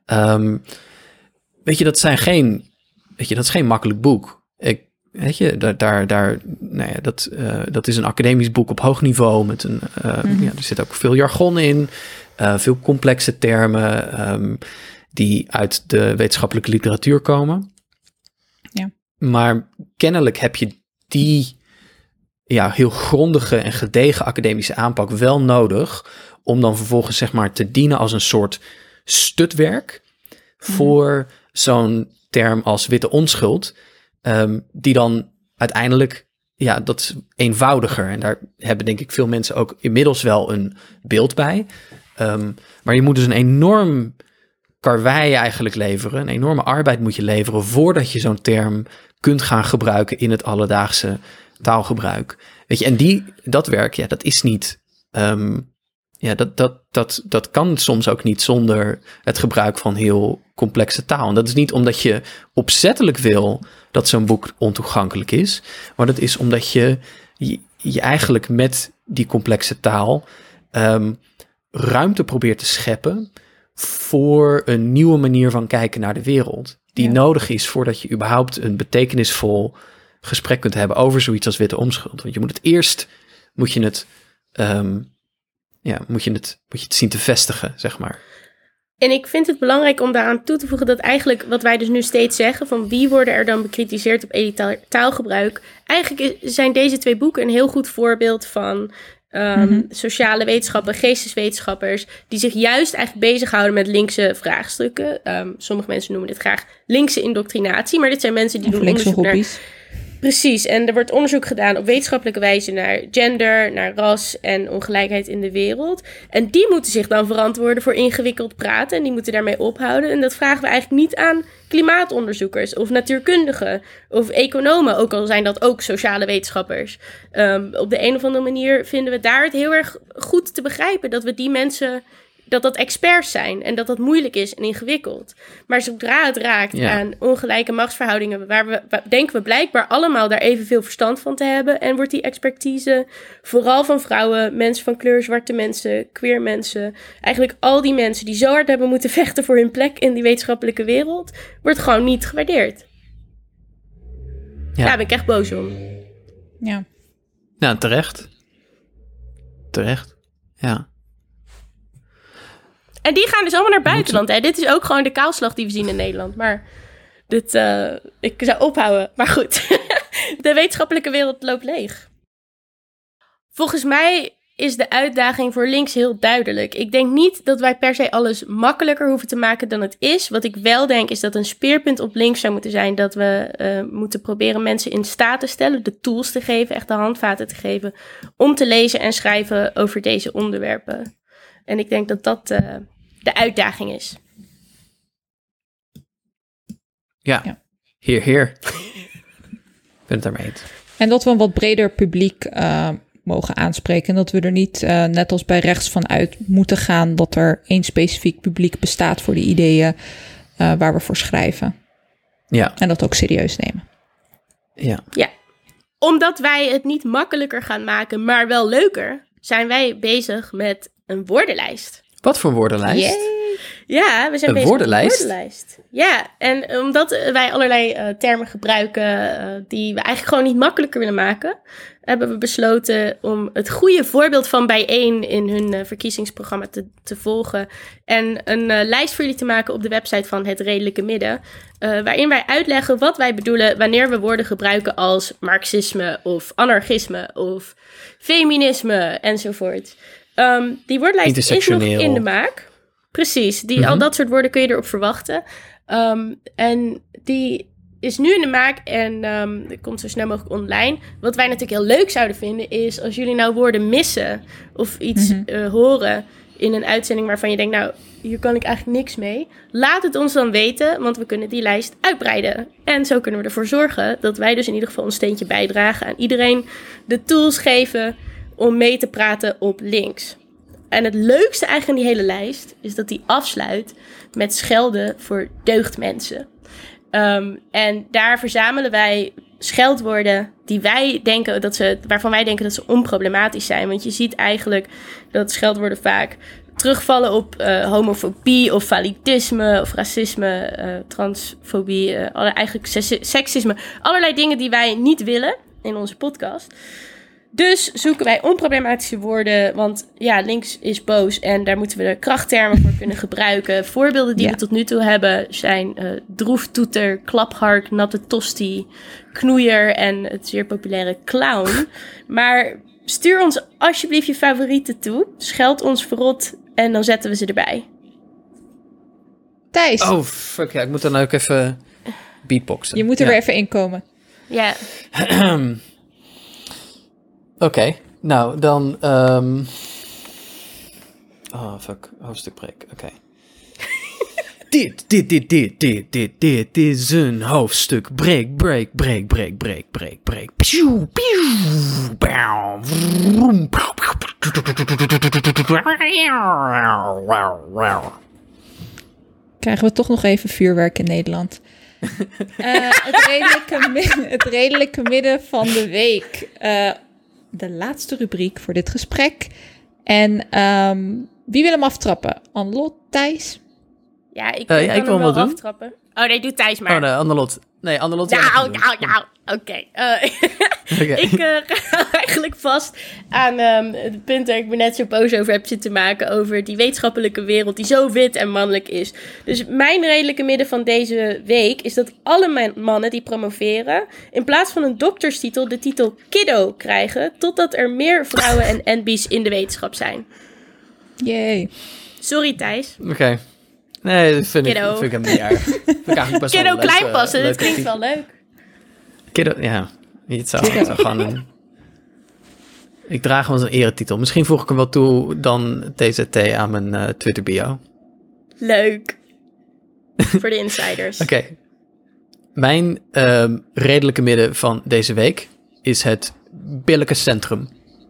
Um, weet je, dat zijn geen... Weet je, dat is geen makkelijk boek. Ik, weet je, daar, daar, daar, nou ja, dat, uh, dat is een academisch boek op hoog niveau. Met een, uh, Mhm. ja, er zit ook veel jargon in, uh, veel complexe termen um, die uit de wetenschappelijke literatuur komen. Ja. Maar kennelijk heb je die ja, heel grondige en gedegen academische aanpak wel nodig om dan vervolgens zeg maar te dienen als een soort stutwerk voor zo'n term als witte onschuld, um, die dan uiteindelijk, ja, dat is eenvoudiger. En daar hebben denk ik veel mensen ook inmiddels wel een beeld bij. Um, maar je moet dus een enorm karwei eigenlijk leveren, een enorme arbeid moet je leveren voordat je zo'n term kunt gaan gebruiken in het alledaagse taalgebruik. Weet je, en die, dat werk, ja, dat is niet, um, ja, dat, dat, dat, dat kan soms ook niet zonder het gebruik van heel complexe taal. En dat is niet omdat je opzettelijk wil dat zo'n boek ontoegankelijk is, maar dat is omdat je je, je eigenlijk met die complexe taal um, ruimte probeert te scheppen voor een nieuwe manier van kijken naar de wereld, die Ja. nodig is voordat je überhaupt een betekenisvol gesprek kunt hebben over zoiets als witte onschuld. Want je moet het eerst, moet je het, um, ja, moet je het, moet je het zien te vestigen, zeg maar. En ik vind het belangrijk om daaraan toe te voegen dat eigenlijk wat wij dus nu steeds zeggen, van wie worden er dan bekritiseerd op elitair taalgebruik, eigenlijk is, zijn deze twee boeken een heel goed voorbeeld van um, Mhm. sociale wetenschappen, geesteswetenschappers, die zich juist eigenlijk bezighouden met linkse vraagstukken. Um, sommige mensen noemen dit graag linkse indoctrinatie, maar dit zijn mensen die Of doen linkse onderzoek naar... hobby's. Precies, en er wordt onderzoek gedaan op wetenschappelijke wijze naar gender, naar ras en ongelijkheid in de wereld. En die moeten zich dan verantwoorden voor ingewikkeld praten en die moeten daarmee ophouden. En dat vragen we eigenlijk niet aan klimaatonderzoekers of natuurkundigen of economen, ook al zijn dat ook sociale wetenschappers. Um, op de een of andere manier vinden we daar het heel erg goed te begrijpen dat we die mensen, dat dat experts zijn en dat dat moeilijk is en ingewikkeld. Maar zodra het raakt Ja. aan ongelijke machtsverhoudingen, waar we waar, denken we blijkbaar allemaal daar evenveel verstand van te hebben, en wordt die expertise vooral van vrouwen, mensen van kleur, zwarte mensen, queer mensen, eigenlijk al die mensen die zo hard hebben moeten vechten voor hun plek in die wetenschappelijke wereld, wordt gewoon niet gewaardeerd. Ja, Ja, daar ben ik echt boos om. Ja. ja terecht. Terecht, ja. En die gaan dus allemaal naar buitenland. Hè? Dit is ook gewoon de kaalslag die we zien in Nederland. Maar dit, uh, ik zou ophouden. Maar goed, de wetenschappelijke wereld loopt leeg. Volgens mij is de uitdaging voor links heel duidelijk. Ik denk niet dat wij per se alles makkelijker hoeven te maken dan het is. Wat ik wel denk is dat een speerpunt op links zou moeten zijn dat we uh, moeten proberen mensen in staat te stellen, de tools te geven, echt de handvaten te geven, om te lezen en schrijven over deze onderwerpen. En ik denk dat dat uh, de uitdaging is. Ja, Ja. heer, heer. Ik ben het daarmee eens. En dat we een wat breder publiek uh, mogen aanspreken. En dat we er niet, uh, net als bij rechts, vanuit moeten gaan dat er één specifiek publiek bestaat voor de ideeën uh, waar we voor schrijven. Ja, En dat ook serieus nemen. ja. Ja, omdat wij het niet makkelijker gaan maken, maar wel leuker, zijn wij bezig met een woordenlijst. Wat voor woordenlijst? Yay. Ja, we zijn Een bezig woordenlijst? met een woordenlijst. Ja, en omdat wij allerlei uh, termen gebruiken uh, die we eigenlijk gewoon niet makkelijker willen maken, hebben we besloten om het goede voorbeeld van bijeen in hun uh, verkiezingsprogramma te, te volgen. En een uh, lijst voor jullie te maken op de website van Het Redelijke Midden. Uh, waarin wij uitleggen wat wij bedoelen wanneer we woorden gebruiken als marxisme of anarchisme of feminisme enzovoort. Um, die woordenlijst is nog Intersectioneel. in de maak. Precies, die, Mhm. al dat soort woorden kun je erop verwachten. Um, en die is nu in de maak en um, die komt zo snel mogelijk online. Wat wij natuurlijk heel leuk zouden vinden is als jullie nou woorden missen of iets Mhm. uh, horen in een uitzending waarvan je denkt, nou, hier kan ik eigenlijk niks mee. Laat het ons dan weten, want we kunnen die lijst uitbreiden. En zo kunnen we ervoor zorgen dat wij dus in ieder geval een steentje bijdragen aan iedereen de tools geven om mee te praten op links. En het leukste eigenlijk aan die hele lijst is dat die afsluit met schelden voor deugdmensen. Um, en daar verzamelen wij scheldwoorden die wij denken dat ze, waarvan wij denken dat ze onproblematisch zijn. Want je ziet eigenlijk dat scheldwoorden vaak terugvallen op uh, homofobie of validitisme of racisme, uh, transfobie, uh, alle, eigenlijk seksisme. Allerlei dingen die wij niet willen in onze podcast. Dus zoeken wij onproblematische woorden, want ja, links is boos en daar moeten we de krachttermen voor kunnen gebruiken. Voorbeelden die ja. we tot nu toe hebben zijn uh, droeftoeter, klaphark, natte tosti, knoeier en het zeer populaire clown. Maar stuur ons alsjeblieft je favorieten toe, scheld ons verrot en dan zetten we ze erbij. Thijs. Oh, fuck ja, ik moet dan ook even beatboxen. Je moet er ja. weer even in komen. Ja. Oké, okay, nou dan... Um... Oh, fuck, hoofdstukbreek, oké. Okay. dit, dit, dit, dit, dit, dit, dit is een hoofdstuk break, break, break, break, break, break, break. Pew, pew, bow, vroom, krijgen we toch nog even vuurwerk in Nederland. uh, het, redelijke midden, het redelijke midden van de week. Uh, de laatste rubriek voor dit gesprek. En um, wie wil hem aftrappen? Annelot, Thijs? Ja, ik, uh, kan ja, ik hem wil wel wel aftrappen. Oh nee, doe Thijs maar. Oh nee, Annelot. Nee, Annelot. Nou, nou, nou. Oké. Okay. Uh, okay. Ik uh, ga eigenlijk vast aan um, het punt waar ik me net zo boos over heb zitten maken. Over die wetenschappelijke wereld die zo wit en mannelijk is. Dus mijn redelijke midden van deze week is dat alle man- mannen die promoveren in plaats van een dokterstitel de titel kiddo krijgen. Totdat er meer vrouwen en N B's in de wetenschap zijn. Yay. Sorry Thijs. Oké. Okay. Nee, dat vind ik, vind ik hem niet erg. Kiddo klein passen, dat klinkt wel leuk. Kiddo, ja. Het zou, het zou gewoon een... Ik draag hem als een eretitel. Misschien voeg ik hem wel toe dan T Z T aan mijn uh, Twitter bio. Leuk. Voor de insiders. Oké. Okay. Mijn um, redelijke midden van deze week is het billijke centrum.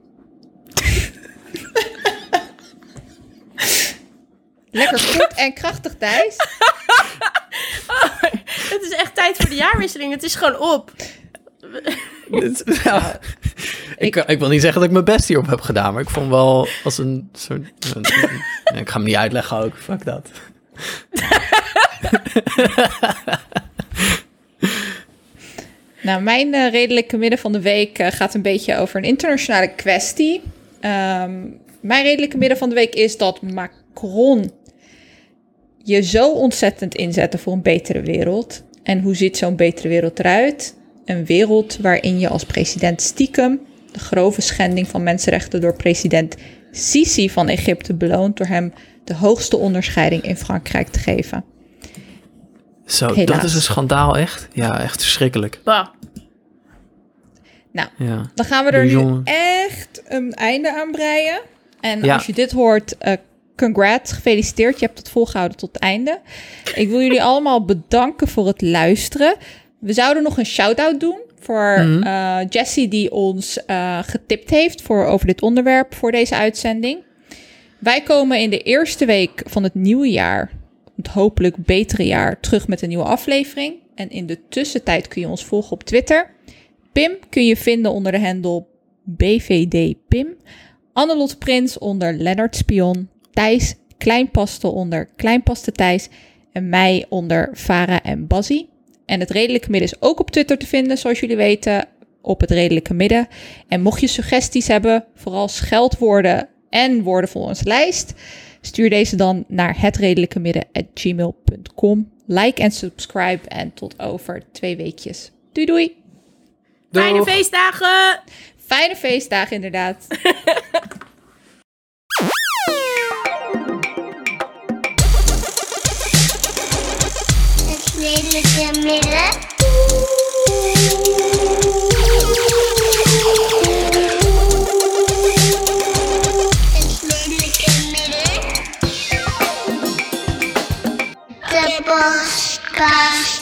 Lekker goed en krachtig, Thijs. Oh, het is echt tijd voor de jaarwisseling. Het is gewoon op. Ja, ik, ik wil niet zeggen dat ik mijn best hierop heb gedaan, maar ik vond wel als een soort... Een, een, ik ga hem niet uitleggen ook, fuck dat. Nou, mijn uh, redelijke midden van de week uh, gaat een beetje over een internationale kwestie. Um, mijn redelijke midden van de week is dat Macron je zo ontzettend inzetten voor een betere wereld. En hoe ziet zo'n betere wereld eruit? Een wereld waarin je als president stiekem de grove schending van mensenrechten door president Sisi van Egypte beloont door hem de hoogste onderscheiding in Frankrijk te geven. Zo, Helaas. Dat is een schandaal echt. Ja, echt verschrikkelijk. Bah. Nou, ja. dan gaan we er de nu jongen. echt een einde aan breien. En ja. als je dit hoort, uh, congrats, gefeliciteerd. Je hebt het volgehouden tot het einde. Ik wil jullie allemaal bedanken voor het luisteren. We zouden nog een shout-out doen voor mm-hmm. uh, Jessie die ons uh, getipt heeft voor, over dit onderwerp voor deze uitzending. Wij komen in de eerste week van het nieuwe jaar, het hopelijk betere jaar, terug met een nieuwe aflevering. En in de tussentijd kun je ons volgen op Twitter. Pim kun je vinden onder de handle B V D Pim. Annelot Prins onder Lennart Spion. Thijs Kleinpaste onder Kleinpaste Thijs. En mij onder Vara en Bazzie. En het Redelijke Midden is ook op Twitter te vinden, zoals jullie weten, op het Redelijke Midden. En mocht je suggesties hebben, vooral scheldwoorden en woorden voor onze lijst, stuur deze dan naar hetredelijkemidden at gmail dot com. Like en subscribe en tot over twee weekjes. Doei doei! Doeg. Fijne feestdagen! Fijne feestdagen, inderdaad. Het redelijke midden. Het redelijke midden. De podcast.